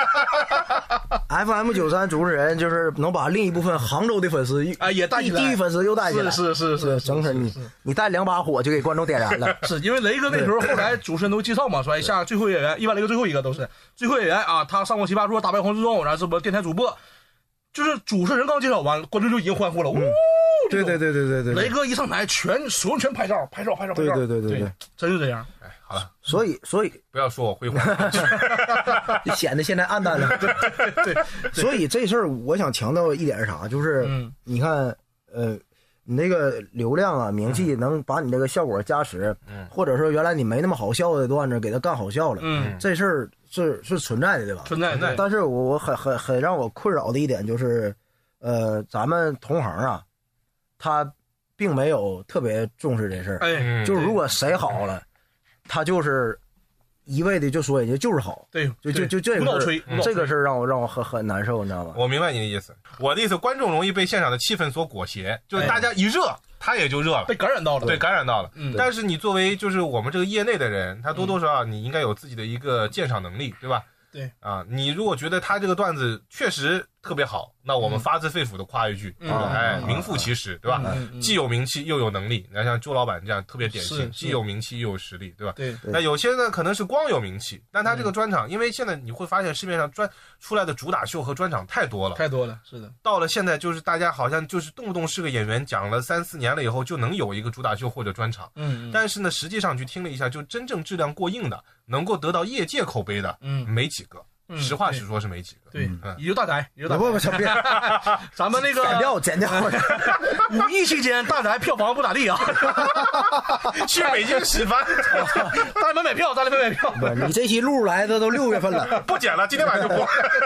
FM93 主持人就是能把另一部分杭州的粉丝也带起来， 地域粉丝又带起来， 是， 整整你带2把火就给观众点燃了。 是因为雷哥那时候后来主持人都介绍嘛，说哎下最后演员，一般雷哥最后一个都是最后演员啊，他上过奇葩说，打败黄志忠，然后是不电台主播。就是主持人刚介绍完，观众就已经欢呼了， 动。 对， 雷哥一上台，所有人全拍照。 对， 真是这样。 哎，好了， 所以不要说我辉煌， 显得现在暗淡了。 对， 所以这事儿我想强调一点是啥，就是你看，你那个流量啊、名气能把你这个效果加持，或者说原来你没那么好笑的段子给它干好笑了，这事儿是存在的，对吧？ 存在。 但是我很让我困扰的一点就是，咱们同行啊，他并没有特别重视这事儿，就是如果谁好了，他就是一味的就说人家就是好， 对， 就这个事儿让我很难受，你知道吗？ 我明白你的意思，我的意思，观众容易被现场的气氛所裹挟，就是大家一热，他也就热了， 被感染到了， 对，感染到了。但是你作为就是我们这个业内的人，他多多少少你应该有自己的一个鉴赏能力，对吧？ 对啊，你如果觉得他这个段子确实特别好，那我们发自肺腑的夸一句，哎，名副其实，对吧？既有名气又有能力，你看像周老板这样特别典型，既有名气又有实力，对吧？ 对。 那有些呢可能是光有名气，但他这个专场，因为现在你会发现市面上出来的主打秀和专场太多了， 是的。 到了现在就是大家好像就是动不动是个演员，讲了3-4年了以后就能有一个主打秀或者专场，但是呢实际上去听了一下，就真正质量过硬的，能够得到业界口碑的，没几个。实话实说是没几个， 对，也就大宅， 不， 咱们那个剪掉。 5亿期间，大宅票房不咋地啊， 去北京洗番， 大家没买票， 不，你这期录来的都6月份了， 不剪了，今天晚上就播。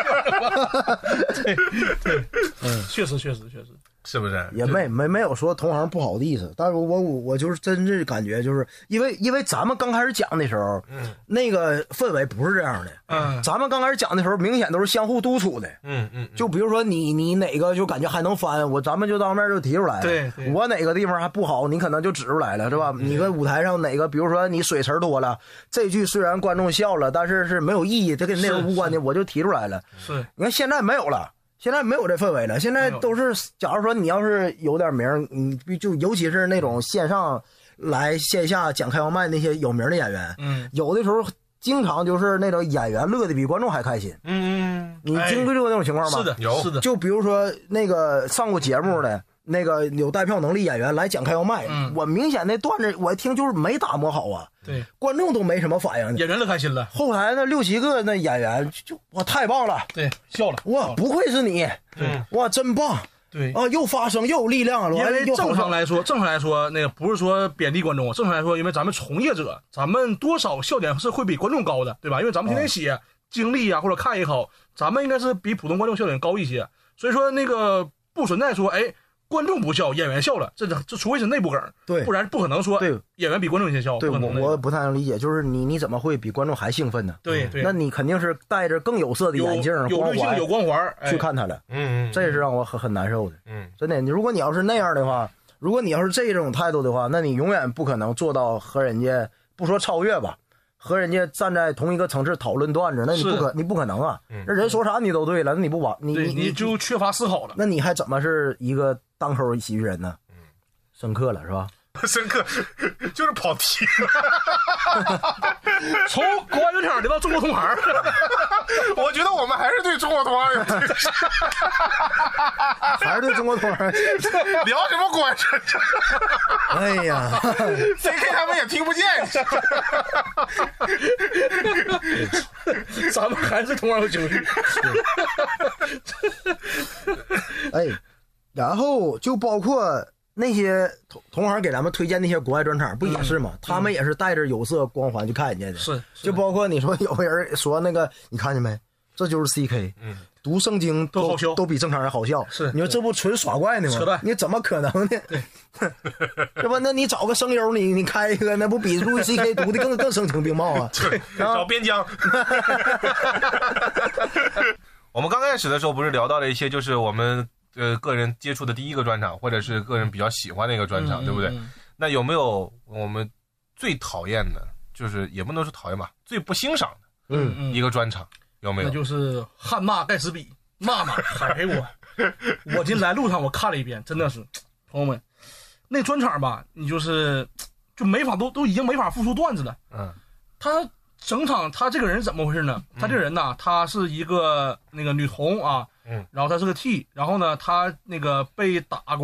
对，确实， 是不是？ 也没有说同行不好的意思，但是我就是真是感觉就是因为咱们刚开始讲的时候，那个氛围不是这样的，咱们刚开始讲的时候明显都是相互督促的，就比如说你哪个就感觉还能翻，咱们就当面就提出来了， 对， 我哪个地方还不好，你可能就指出来了，是吧？你跟舞台上哪个，比如说你水词多了，这句虽然观众笑了，但是没有意义，这跟内容无关的，我就提出来了， 是， 你看现在没有了。现在没有这氛围了，现在都是，假如说你要是有点名，你就尤其是那种线上来线下讲开放麦那些有名的演员，有的时候经常就是那种演员乐的比观众还开心，你经历过那种情况吗？ 是的， 有， 是的。 就比如说那个上过节目的那个有带票能力演员来讲开放麦，我明显那段子我一听就是没打磨好啊， 对， 观众都没什么反应， 演员乐开心了。 后台那6-7个那演员就哇太棒了， 对，笑了， 哇不愧是你，哇真棒， 对啊又发声又有力量了。 因为正常来说，那个不是说贬低观众，正常来说，因为咱们从业者，咱们多少笑点是会比观众高的，对吧？因为咱们天天写经历啊或者看也好，咱们应该是比普通观众笑点高一些，所以说那个不存在说观众不笑，演员笑了，这除非是内部梗， 对， 不然不可能说演员比观众先笑。 对，我不太能理解，就是你怎么会比观众还兴奋呢？ 对， 那你肯定是戴着更有色的眼镜， 有滤镜有光环去看他了。这是让我很难受的。真的，如果你要是那样的话，如果你要是这种态度的话，那你永远不可能做到和人家不说超越吧，和人家站在同一个层次讨论段子，那你不可能啊！那人说啥你都对了，那你不往你就缺乏思考了。 那你还怎么是一个当口喜剧人呢？深刻了是吧？ 深刻就是跑题， 从国外专场聊到中国同行， 我觉得我们还是对中国同行有还是对中国同行聊什么国外专场？ 哎呀 ，CK 他们也听不见。 咱们还是同行有情绪。 哎，然后就包括那些同行给咱们推荐那些国外专场，不也是吗？他们也是带着有色光环去看人家的。 是， 就包括你说有人说那个，你看见没？这就是 CK，读圣经都比正常人好笑。 是， 你说这不纯耍怪呢吗？ 扯淡， 你怎么可能呢？ 对， 是吧？那你找个声优，你开一个，那不比路易 CK 读的更声情并茂啊？ 对，找边疆。我们刚开始的时候不是聊到了一些，就是我们个人接触的第一个专场，或者是个人比较喜欢的一个专场，对不对？那有没有我们最讨厌的，就是也不能说讨厌吧，最不欣赏的一个专场有没有？ 那就是汉娜盖茨比骂骂，哎我今天来路上我看了一遍，真的是朋友们，那专场吧，你就没法都已经没法复述段子了。他整场他这个人怎么回事呢？他这个人呢，他是一个那个女童啊，然后他是个 T， 然后呢他那个被打过，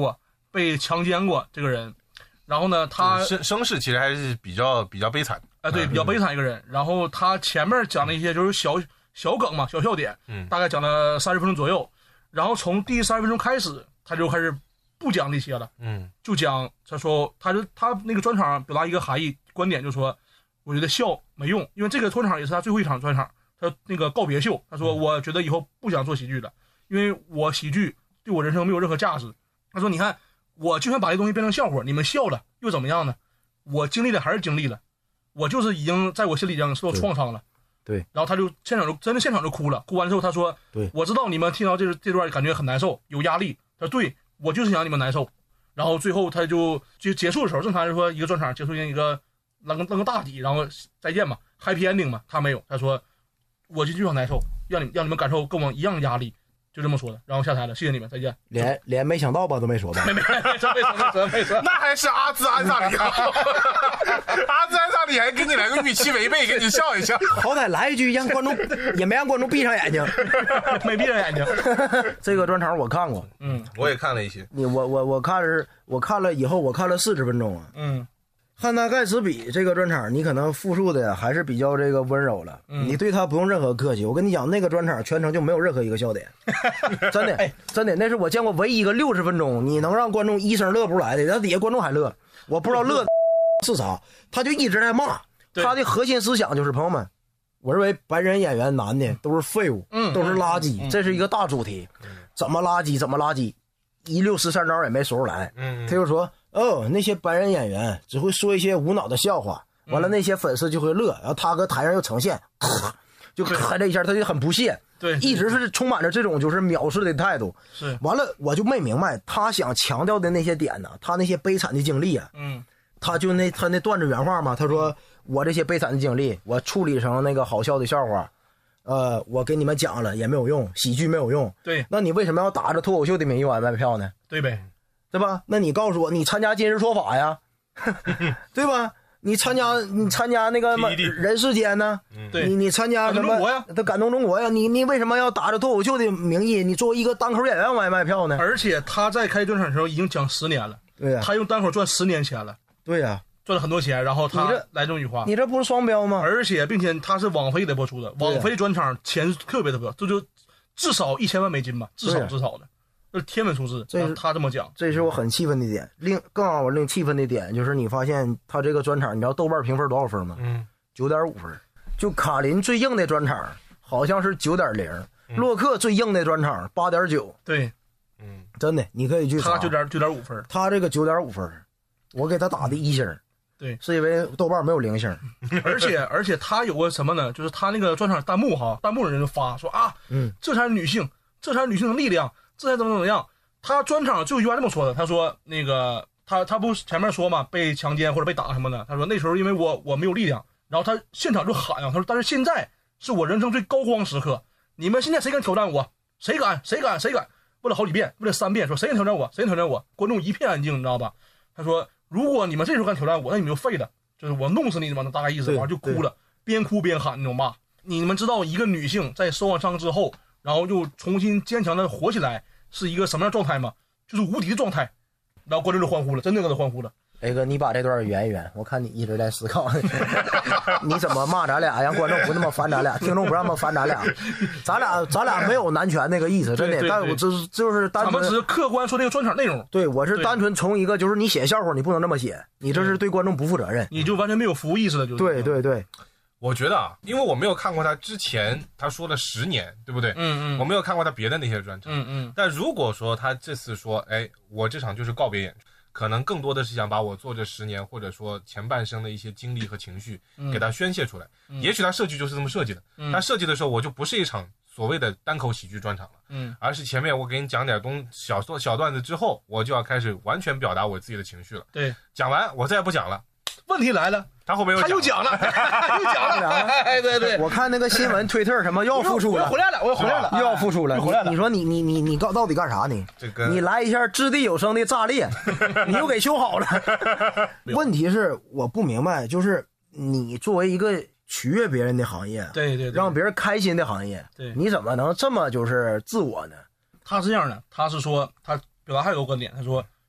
被强奸过这个人，然后呢，他身世其实还是比较悲惨的。 对，比较悲惨一个人。然后他前面讲了一些就是小梗嘛，小笑点，大概讲了30分钟左右。然后从第30分钟开始，他就开始不讲这些了，就讲他说他那个专场表达一个含义观点，就说我觉得笑没用，因为这个专场也是他最后一场专场，他那个告别秀，他说我觉得以后不想做喜剧了，因为我喜剧对我人生没有任何价值。他说你看我就算把这东西变成笑话，你们笑了又怎么样呢？我经历了还是经历了，我就是已经在我心里上受到创伤了。 对， 然后他就现场就哭了，哭完之后他说，对，我知道你们听到这段感觉很难受，有压力。他说对，我就是想你们难受。然后最后他就结束的时候，正常来说一个专场结束一个扔个大底，然后再见嘛 ，happy ending 嘛。他没有，他说我就想难受，让你们感受跟我一样的压力，就这么说的。然后下台了，谢谢你们，再见。 连没想到吧都没说吧？ 没说， 那还是阿兹安萨里好。阿兹安萨里还给你来个预期违背，给你笑一笑。 好歹来一句让观众也没让观众闭上眼睛， 没闭上眼睛。 这个专场我看过， 我也看了一些。 我看了以后，我看了40分钟啊。汉娜盖茨比这个专场，你可能复述的还是比较这个温柔了，你对他不用任何客气。我跟你讲，那个专场全程就没有任何一个笑点，真的，那是我见过唯一一个60分钟你能让观众一声乐不出来的，那底下观众还乐，我不知道乐是啥，他就一直在骂。他的核心思想就是，朋友们，我认为白人演员男的都是废物，都是垃圾，这是一个大主题，怎么垃圾，一溜13招也没说出来。他就说，那些白人演员只会说一些无脑的笑话，完了那些粉丝就会乐，然后他搁台上又呈现，就开这一下他就很不屑， 对， 一直是充满着这种就是藐视的态度。 是， 完了我就没明白他想强调的那些点呢，他那些悲惨的经历啊，他那段子原话嘛，他说我这些悲惨的经历，我处理成那个好笑的笑话，我给你们讲了也没有用，喜剧没有用。 对， 那你为什么要打着脱口秀的名义往外卖票呢？ 对呗， 对吧？那你告诉我，你参加今日说法呀，对吧？你参加那个人世间呢？ 对， 你参加什么？他感动中国呀！你为什么要打着脱口秀的名义？你作为一个单口演员往外卖票呢？ 而且他在开专场的时候已经讲10年了， 对呀， 他用单口赚10年钱了， 对呀， 赚了很多钱，然后他来这么一句话， 你这不是双标吗？ 而且并且他是网飞的播出的，网飞专场钱特别高，这就至少1000万美金吧，至少的。这是天文数字，他这么讲， 这是我很气愤的点。更让我气愤的点就是，你发现他这个专场，你知道豆瓣评分多少分吗？9.5分。就卡林最硬的专场好像是9.0，洛克最硬的专场8.9。 对， 真的，你可以去查。 他9.5分， 他这个9.5分，我给他打的1星。 对， 是因为豆瓣没有0星。 而且他有个什么呢？就是他那个专场弹幕的人就发说啊，这才是女性，这才是女性的力量。这才怎么样？他专场就一句话这么说的。他说那个他不前面说嘛，被强奸或者被打什么的。他说那时候因为我没有力量，然后他现场就喊啊，他说但是现在是我人生最高光时刻，你们现在谁敢挑战我？谁敢？问了好几遍，问了3遍，说谁敢挑战我？谁敢挑战我？观众一片安静，你知道吧？他说如果你们这时候敢挑战我，那你们就废了，就是我弄死你嘛，大概意思。完就哭了，边哭边喊那种骂。你们知道一个女性在受完伤之后，然后又重新坚强的活起来是一个什么样的状态吗？就是无敌的状态。然后观众就欢呼了，真的跟他欢呼了。 雷哥，你把这段圆一圆，我看你一直在思考，你怎么骂咱俩，让观众不那么烦咱俩，听众不让那么烦咱俩，咱俩没有男权那个意思，真的。但我就是单纯，咱们只是客观说这个专场内容。 对，我是单纯从一个就是你写笑话，你不能这么写，你这是对观众不负责任， 你就完全没有服务意识了，就是。 对。 我觉得啊，因为我没有看过他之前他说了10年，对不对？我没有看过他别的那些专场。但如果说他这次说，我这场就是告别演出，可能更多的是想把我做这10年或者说前半生的一些经历和情绪给他宣泄出来。也许他设计就是这么设计的。他设计的时候，我就不是一场所谓的单口喜剧专场了，而是前面我给你讲点小段子之后，我就要开始完全表达我自己的情绪了。 对， 讲完我再也不讲了。 问题来了， 他后面又讲了，对， 我看那个新闻推特什么要复出了， 我回来了， 又要复出了，你说你到底干啥呢？你来一下掷地有声的炸裂，你又给修好了。问题是我不明白，就是你作为一个取悦别人的行业， 对， 让别人开心的行业， 对， 你怎么能这么就是自我呢？ 他是这样的，他是说他表达还有个观点，他说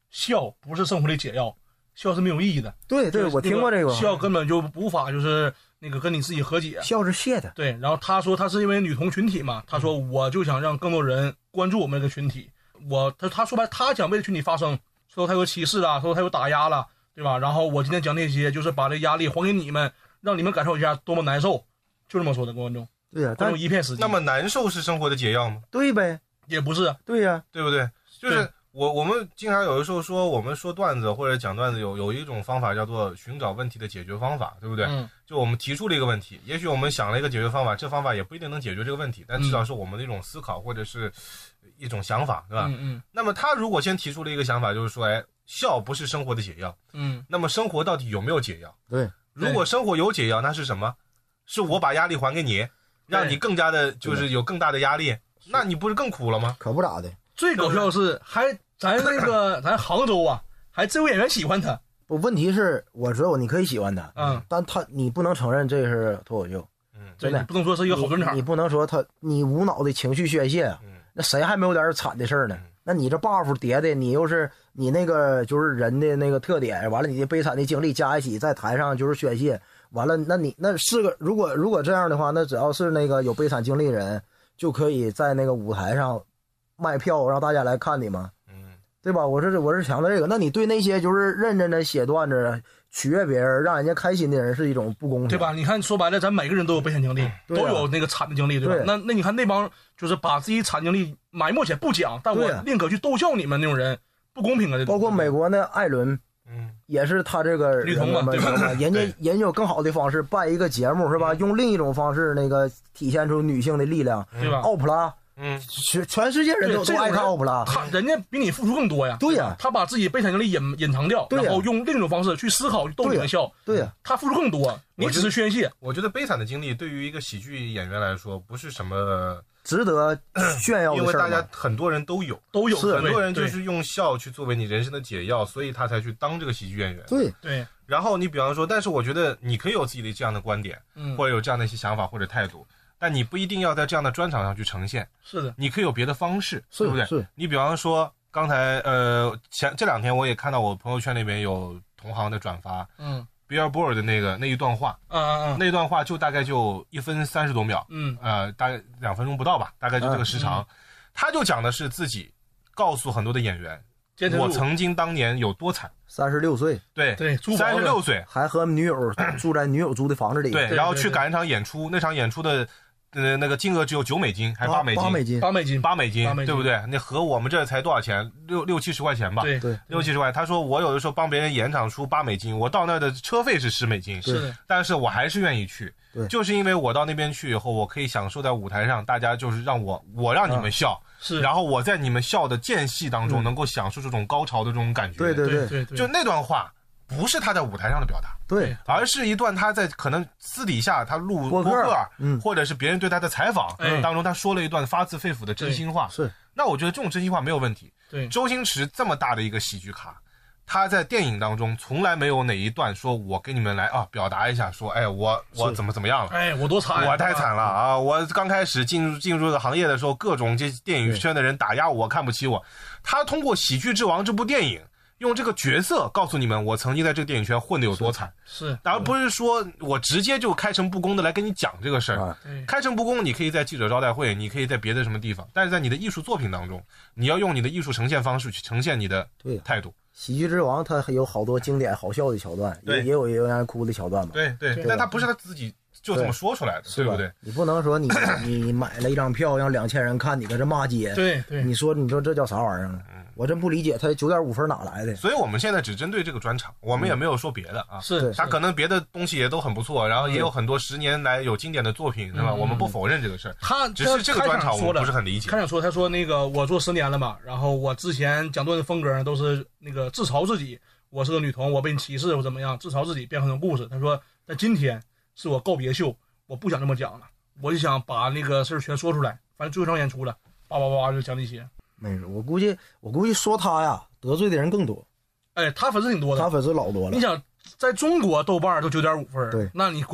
笑不是生活的解药，笑是没有意义的。 对对，我听过这个。 笑根本就无法就是那个跟你自己和解。 笑是谢的。 对，然后他说他是因为女同群体嘛，他说我就想让更多人关注我们这个群体。他说白，他想为了群体发声，说他有歧视了，说他有打压了，对吧？然后我今天讲这些，就是把这压力还给你们，让你们感受一下多么难受，就这么说的观众。 对呀， 观众一片死寂。 那么难受是生活的解药吗？ 对呗， 也不是。 对呀， 对不对？就是我们经常有的时候说，我们说段子或者讲段子有一种方法叫做寻找问题的解决方法，对不对？就我们提出了一个问题，也许我们想了一个解决方法，这方法也不一定能解决这个问题，但至少是我们的一种思考或者是一种想法，对吧？那么他如果先提出了一个想法，就是说，哎，笑不是生活的解药。那么生活到底有没有解药？ 对， 如果生活有解药，那是什么？是我把压力还给你，让你更加的，就是有更大的压力，那你不是更苦了吗？ 可不咋的。 最搞笑的是，咱咱杭州啊，还真有演员喜欢他。 不，问题是我知道你可以喜欢他，但你不能承认这是脱口秀，真的不能说是一个好专场。 你不能说你无脑的情绪宣泄啊，那谁还没有点惨的事儿呢？那你这 buff 叠的，你又是你那个就是人的那个特点，完了你的悲惨的经历加一起在台上就是宣泄，完了那是个如果这样的话，那只要是那个有悲惨经历的人就可以在那个舞台上卖票让大家来看你吗？对吧？我是想到这个。那你对那些就是认真的写段子取悦别人让人家开心的人是一种不公平， 对吧？你看说白了，咱每个人都有悲惨经历，都有那个惨的经历，对吧？那你看那帮就是把自己惨经历埋没起来不讲，但我宁可去逗笑你们那种人，不公平啊！ 包括美国那艾伦，也是他这个女同嘛，对吧？ 人家有更好的方式办一个节目是吧？用另一种方式那个体现出女性的力量， 对吧？ 奥普拉。全世界人都爱看奥普拉， 人家比你付出更多呀。 对呀， 他把自己悲惨经历隐藏掉，然后用另一种方式去思考，逗你们笑。 对呀， 他付出更多，你只是宣泄。 我觉得悲惨的经历对于一个喜剧演员来说，不是什么值得炫耀的事儿， 因为大家很多人都有，很多人就是用笑去作为你人生的解药，所以他才去当这个喜剧演员。 对。 然后你比方说，但是我觉得你可以有自己的这样的观点，或者有这样的一些想法或者态度。但你不一定要在这样的专场上去呈现， 是的， 你可以有别的方式，对不对？ 是。 你比方说，刚才这两天我也看到我朋友圈里面有同行的转发，Bill Burr 的那一段话，那段话就大概就1分30多秒，大概2分钟不到吧，大概就这个时长，他就讲的是自己告诉很多的演员，我曾经当年有多惨。 36岁， 对，36岁还和女友住在女友租的房子里， 对，然后去赶一场演出，那场演出的那个金额只有9美金，还是8美金 ？8美金， 对不对？那合我们这才多少钱？60-70块钱吧？ 对 ，60-70块。他说我有的时候帮别人演场出8美金，我到那儿的车费是10美金， 是， 但是我还是愿意去，就是因为我到那边去以后，我可以享受在舞台上，大家就是让我让你们笑。 是， 然后我在你们笑的间隙当中，能够享受这种高潮的这种感觉。 对， 就那段话不是他在舞台上的表达， 对， 而是一段他在可能私底下他录播客，或者是别人对他的采访当中，他说了一段发自肺腑的真心话。 是， 那我觉得这种真心话没有问题。 对， 周星驰这么大的一个喜剧咖，他在电影当中从来没有哪一段说我给你们来表达一下，说哎我怎么样了， 哎我多惨， 我太惨了啊！我刚开始进入这个行业的时候，各种这电影圈的人打压我，看不起我。他通过《喜剧之王》这部电影，用这个角色告诉你们，我曾经在这个电影圈混得有多惨， 是， 而不是说我直接就开诚布公的来跟你讲这个事儿。开诚布公，你可以在记者招待会，你可以在别的什么地方，但是在你的艺术作品当中，你要用你的艺术呈现方式去呈现你的态度。 喜剧之王它有好多经典好笑的桥段，也有让人哭的桥段嘛。 对，但他不是他自己就这么说出来的，对不对？ 你不能说你买了一张票让2000人看，你搁这骂街。 对， 你说这叫啥玩意儿啊？我真不理解他9.5分哪来的。 所以我们现在只针对这个专场，我们也没有说别的啊。 是， 他可能别的东西也都很不错，然后也有很多10年来有经典的作品，是吧？我们不否认这个事儿。 他只是这个专场我们不是很理解。 开场说，他说那个我做10年了嘛，然后我之前讲段的风格都是那个自嘲自己，我是个女同，我被你歧视，我怎么样？自嘲自己编很多故事。他说，但今天是我告别秀，我不想这么讲了，我就想把那个事儿全说出来。反正最后一场演出了，叭叭叭就讲这些。 没事，我估计说他呀得罪的人更多。 哎，他粉丝挺多的， 他粉丝老多了。 你想，在中国豆瓣都9.5分， 对， 那你国外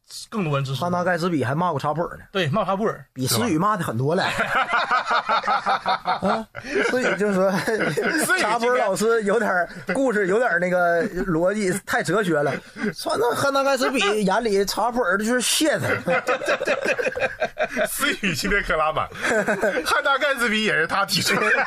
更多人支持。 汉娜盖茨比还骂过查普尔呢， 对，骂查普尔比思雨骂的很多了。啊，思雨就说查普尔老师有点故事，有点那个逻辑太哲学了。说那汉娜盖茨比眼里查普尔就是 shit。 思雨今天可拉满，汉娜盖茨比也是他提出的，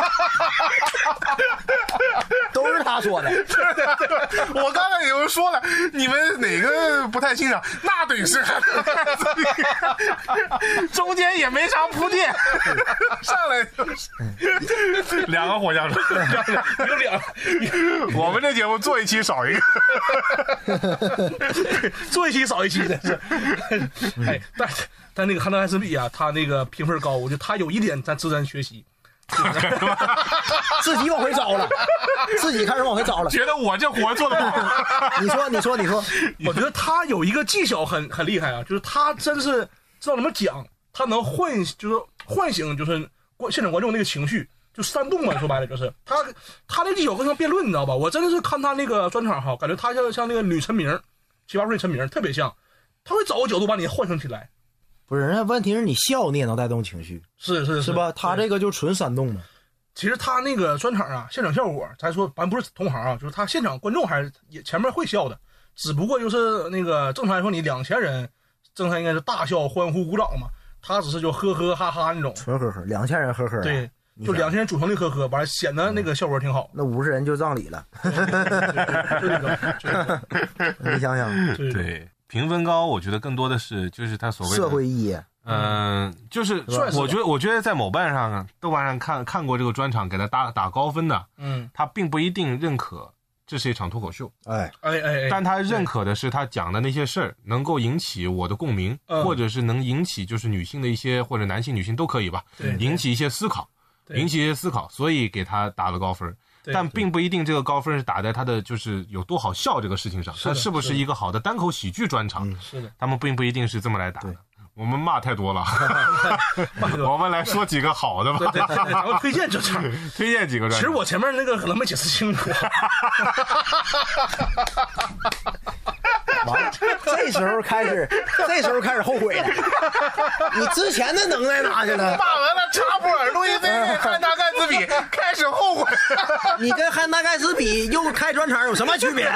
都是他说的。 我刚才有人说了，你们哪个不太欣赏？那得是汉娜盖茨比，中间也没啥铺垫，上来就是两个火枪手， 有两， 我们这节目做一期少一个， 做一期少一期的是。哎，但那个汉娜盖茨比啊，他那个评分高，我觉得他有一点咱值得学习。 自己往回找了，自己开始往回找了， 觉得我这活做的不好。 你说， 我觉得他有一个技巧很厉害啊，就是他真是知道怎么讲，他能唤醒就是现场观众那个情绪，就煽动嘛，说白了就是他那技巧更像辩论，你知道吧？我真的是看他那个专场哈，感觉他像那个女陈明，7、8岁陈明特别像，他会找个角度把你唤醒起来。 不是，人家问题是你笑你也能带动情绪， 是吧？他这个就纯煽动嘛。 其实他那个专场啊，现场效果，咱说咱不是同行啊，就是他现场观众还是也前面会笑的，只不过就是那个正常来说你2000人，正常应该是大笑欢呼鼓掌嘛，他只是就呵呵哈哈那种， 纯呵呵，2000人呵呵、啊， 对，就2000人组成的呵呵，完了显得那个效果挺好。 那50人就葬礼了， 就这个，你想想， 对。评分高，我觉得更多的是就是他所谓的社会意义。 就是我觉得在某瓣上、豆瓣上看过这个专场，给他打高分的，他并不一定认可这是一场脱口秀，但他认可的是他讲的那些事儿能够引起我的共鸣，或者是能引起就是女性的一些或者男性女性都可以吧，引起一些思考，所以给他打了高分。但并不一定这个高分是打在他的就是有多好笑这个事情上，他是不是一个好的单口喜剧专场？ 是的， 他们并不一定是这么来打的。我们骂太多了，我们来说几个好的吧。 对，然后推荐专场， 推荐几个专场。 其实我前面那个可能没解释清楚。 完了，这时候开始后悔了。你之前的能耐哪去了？ 骂完了查普尔、路易菲利、汉娜盖茨比，开始后悔。 你跟汉娜盖茨比又开专场有什么区别？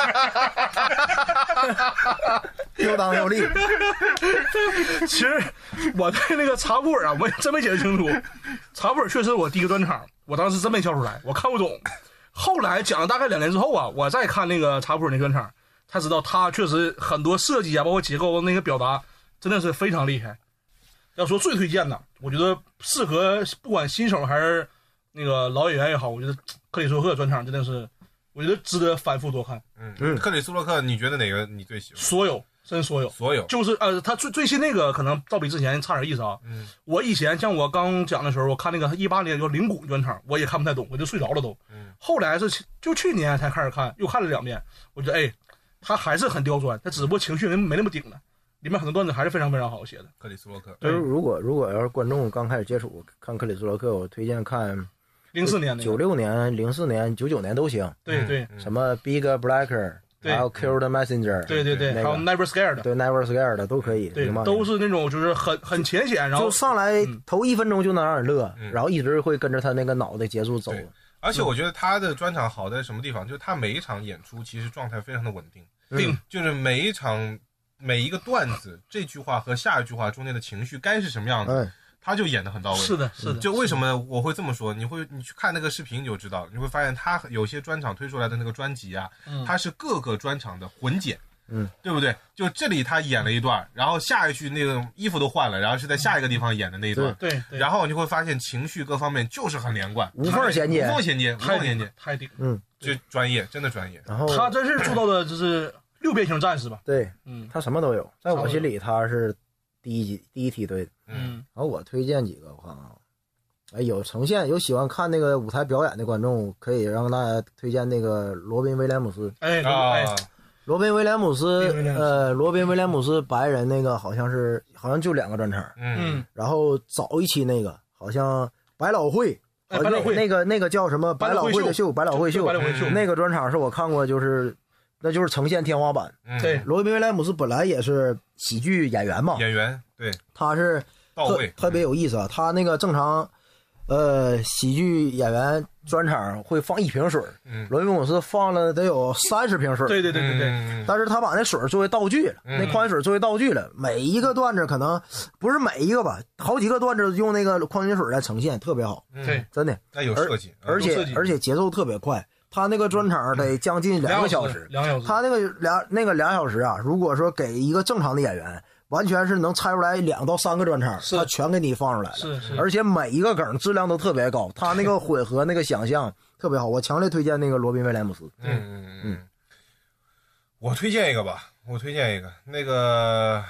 又当又立。 其实我对那个查普尔啊，我也真没解释清楚。查普尔确实我第一个专场，我当时真没笑出来，我看不懂。后来讲了大概2年之后啊，我再看那个查普尔那专场，才知道他确实很多设计啊，包括结构那个表达，真的是非常厉害。要说最推荐的，我觉得适合不管新手还是那个老演员也好，我觉得克里斯洛克专场真的是，我觉得值得反复多看。 克里斯洛克，你觉得哪个你最喜欢？ 所有，真所有，就是他最新那个可能照比之前差点意思啊。我以前像我刚讲的时候，我看那个18年叫铃鼓专场，我也看不太懂，我就睡着了都。后来是就去年才开始看，又看了2遍，我觉得他还是很刁钻，他只不过情绪没那么顶了，里面很多段子还是非常非常好写的。 克里斯洛克， 就是如果要是观众刚开始接触看克里斯洛克，我推荐看 04年、 96年、04年、99年都行。 对， 什么 Big Blacker， 还有 Kill the Messenger， 对，还有 Never Scared， 对 Never Scared 都可以， 对，都是那种就是很浅显，然后就上来头1分钟就能让人乐，然后一直会跟着他那个脑袋节奏走。 而且我觉得他的专场好在什么地方，就是他每一场演出其实状态非常的稳定，就是每一场每一个段子这句话和下一句话中间的情绪该是什么样子，他就演得很到位。 是的。 就为什么我会这么说，你去看那个视频你就知道，你会发现他有些专场推出来的那个专辑啊，他是各个专场的混剪。对不对？就这里他演了一段，然后下一句那个衣服都换了，然后是在下一个地方演的那一段。 对， 然后你会发现情绪各方面就是很连贯， 无缝衔接， 太顶。 就专业，真的专业。 然后他真是做到的就是6边形战士吧？ 对，他什么都有，在我心里他是第一梯队。然后我推荐几个，我看啊，有呈现有喜欢看那个舞台表演的观众，可以让大家推荐那个罗宾威廉姆斯。罗宾威廉姆斯白人那个好像就2个专场，然后早一期那个好像百老汇，那个叫什么百老汇的秀，百老汇秀那个专场是我看过就是那就是呈现天花板。 对， 罗宾威廉姆斯本来也是喜剧演员嘛， 演员对， 他是到位， 特别有意思啊。他那个正常，喜剧演员专场会放1瓶水，罗宾威廉姆斯放了得有30瓶水。 对， 但是他把那水作为道具了，那矿泉水作为道具了。每一个段子可能不是每一个吧，好几个段子用那个矿泉水来呈现，特别好。 对， 真的， 那有设计， 而且节奏特别快。他那个专场得将近2个小时 ，2小时。 他那个2小时啊，如果说给一个正常的演员，完全是能拆出来2到3个专场，他全给你放出来了。 是， 而且每一个梗质量都特别高，他那个混合那个想象特别好，我强烈推荐那个罗宾威廉姆斯。 我推荐一个吧，那个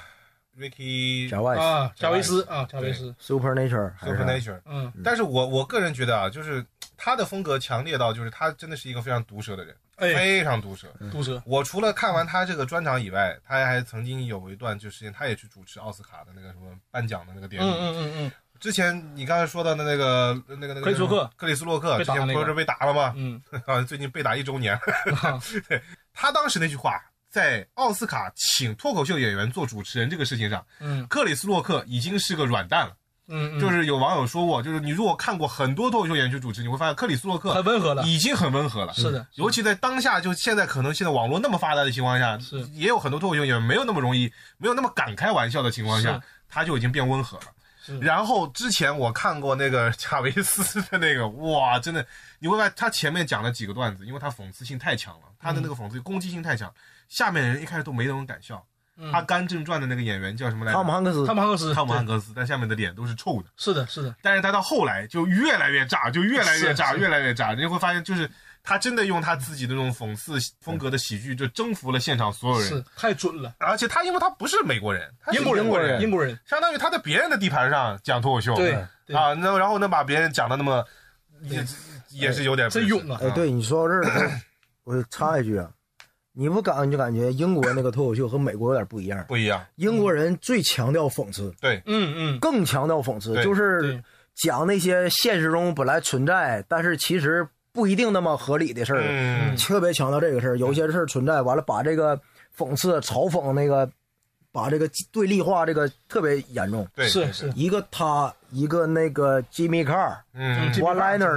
Ricky 贾维斯 Supernature， 但是我个人觉得啊，就是他的风格强烈到，就是他真的是一个非常毒舌的人，非常毒舌。我除了看完他这个专场以外，他还曾经有一段就时间，他也去主持奥斯卡的那个什么颁奖的那个典礼。之前你刚才说到的那个克里斯洛克之前不是被打了吗？最近被打1周年。对，他当时那句话，在奥斯卡请脱口秀演员做主持人这个事情上，克里斯洛克已经是个软蛋了。就是有网友说过，就是你如果看过很多脱口秀演员去主持，你会发现克里斯洛克很温和了， 已经很温和了。 是的， 尤其在当下，就现在网络那么发达的情况下，也有很多脱口秀演员没有那么容易，没有那么敢开玩笑的情况下，他就已经变温和了。然后之前我看过那个贾维斯的那个，哇，真的，你会发现他前面讲了几个段子，因为他讽刺性太强了，他的那个讽刺攻击性太强，下面人一开始都没人敢笑。阿甘正传的那个演员叫什么来着？ 汤姆汉克斯，但下面的脸都是臭的。 是的。 但是他到后来就越来越炸，越来越炸，你会发现就是他真的用他自己的那种讽刺风格的喜剧，就征服了现场所有人， 是太准了。 而且他因为他不是美国人，他是英国人， 相当于他在别人的地盘上讲脱口秀， 对啊，那然后能把别人讲的那么也是有点真勇啊。 对，你说到这儿，我插一句啊。你不感觉英国那个脱口秀和美国有点不一样？英国人最强调讽刺， 对， 更强调讽刺，就是讲那些现实中本来存在，但是其实不一定那么合理的事儿，特别强调这个事儿。有些事儿存在，完了把这个讽刺、嘲讽那个，把这个对立化，这个特别严重。 对， 是一个他，一个那个 Jimmy Carr，one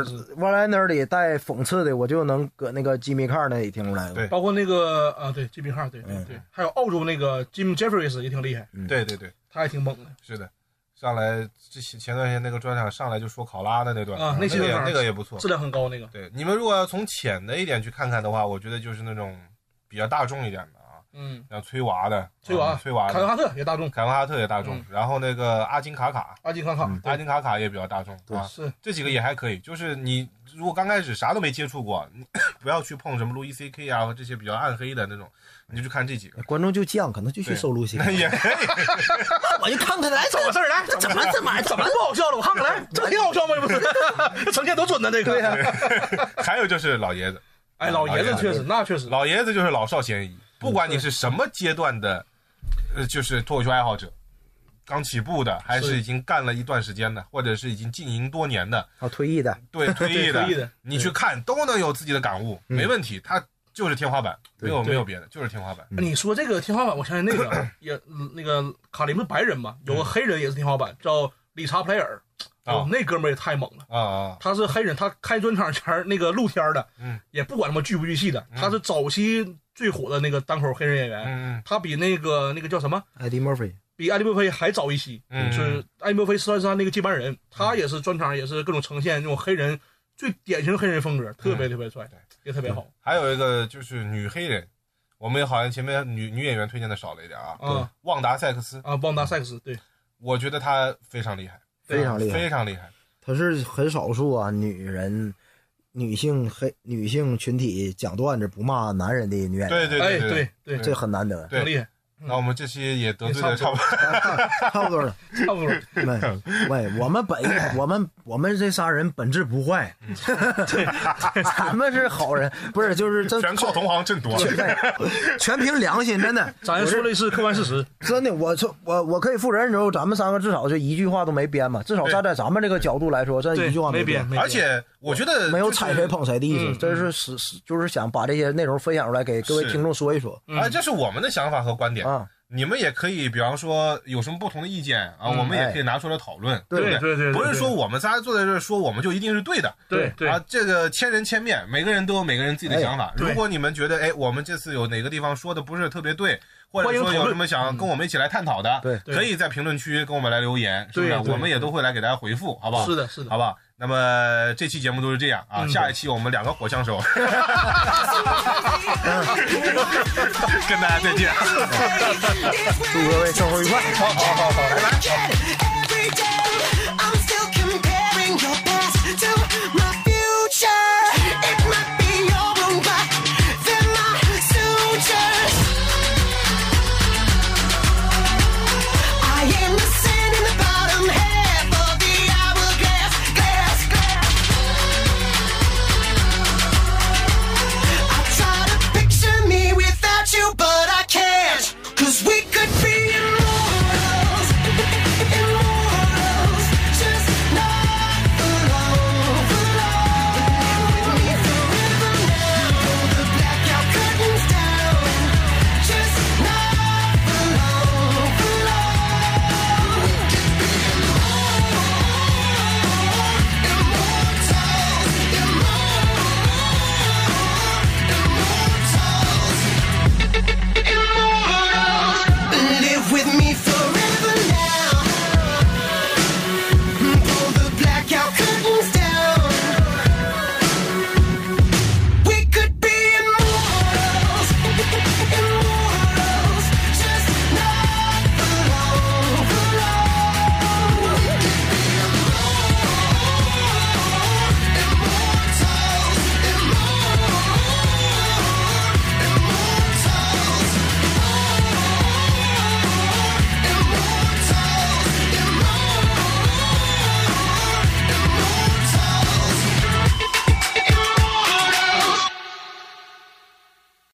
liner 里带讽刺的，我就能搁那个 Jimmy Carr 那里听出来。 对， 包括那个对 Jimmy Carr， 对，还有澳洲那个 Jim Jeffries 也挺厉害。 对， 他还挺猛的。 是的，上来前段时间那个专场上来就说考拉的那段那个也不错， 质量很高那个。 对，你们如果要从浅的一点去看看的话，我觉得就是那种比较大众一点的。像崔娃， 凯文哈特也大众， 然后那个阿金卡卡也比较大众啊， 是这几个也还可以。就是你如果刚开始啥都没接触过，你不要去碰什么路易 CK 啊这些比较暗黑的那种，你就去看这几个。 观众就犟，可能就去搜路 CK， 也可以。 我就看看来怎么事儿来，怎么不好笑了？我看看来，这挺好笑吗？这不是，呈现多准呢这个。 对呀。 还有就是老爷子， 老爷子确实， 老爷子就是老少咸宜。不管你是什么阶段的，就是脱口秀爱好者，刚起步的，还是已经干了一段时间的，或者是已经经营多年的， 退役的， 对，退役的，你去看都能有自己的感悟，没问题。他就是天花板，没有别的，就是天花板。 你说这个天花板，我相信那个也那个卡林是白人嘛，有个黑人也是天花板，叫理查普莱尔。那哥们儿也太猛了他是黑人，他开专场前那个露天的，也不管什么剧不剧戏的，他是早期最火的那个单口黑人演员，他比那个叫什么艾迪·墨菲， 比艾迪·墨菲还早一期，就是艾迪·墨菲算是他那个接班人，他也是专场也是各种呈现那种黑人最典型黑人风格，特别帅，也特别好。 还有一个就是女黑人，我们好像前面女演员推荐的少了一点啊，旺达·塞克斯旺达·塞克斯，对， 我觉得她非常厉害。 非常厉害， 她是很少数啊，女性群体讲段子不骂男人的女演员， 对， 这很难得， 挺厉害。 那我们这期也得罪的差不多了。喂，我们这仨人本质不坏，咱们是好人，不是就是全靠同行挣多， 全凭良心，真的。 咱说的是客观事实， 真的。我可以负责任之后，咱们三个至少就一句话都没编嘛，至少站在咱们这个角度来说，这一句话没编。 而且我觉得没有踩谁捧谁的意思，这是就是想把这些内容分享出来给各位听众说一说。 这是我们的想法和观点啊。你们也可以，比方说有什么不同的意见啊，我们也可以拿出来讨论，对不对？不是说我们仨坐在这说我们就一定是对的， 对啊，这个千人千面，每个人都有每个人自己的想法。如果你们觉得我们这次有哪个地方说的不是特别对，或者说有什么想跟我们一起来探讨的， 对， 可以在评论区跟我们来留言，是不是？我们也都会来给大家回复，好不好？ 是的， 好不好？那么这期节目都是这样啊，下一期我们2个火枪手跟大家再见， 祝各位生活愉快， 好，拜拜。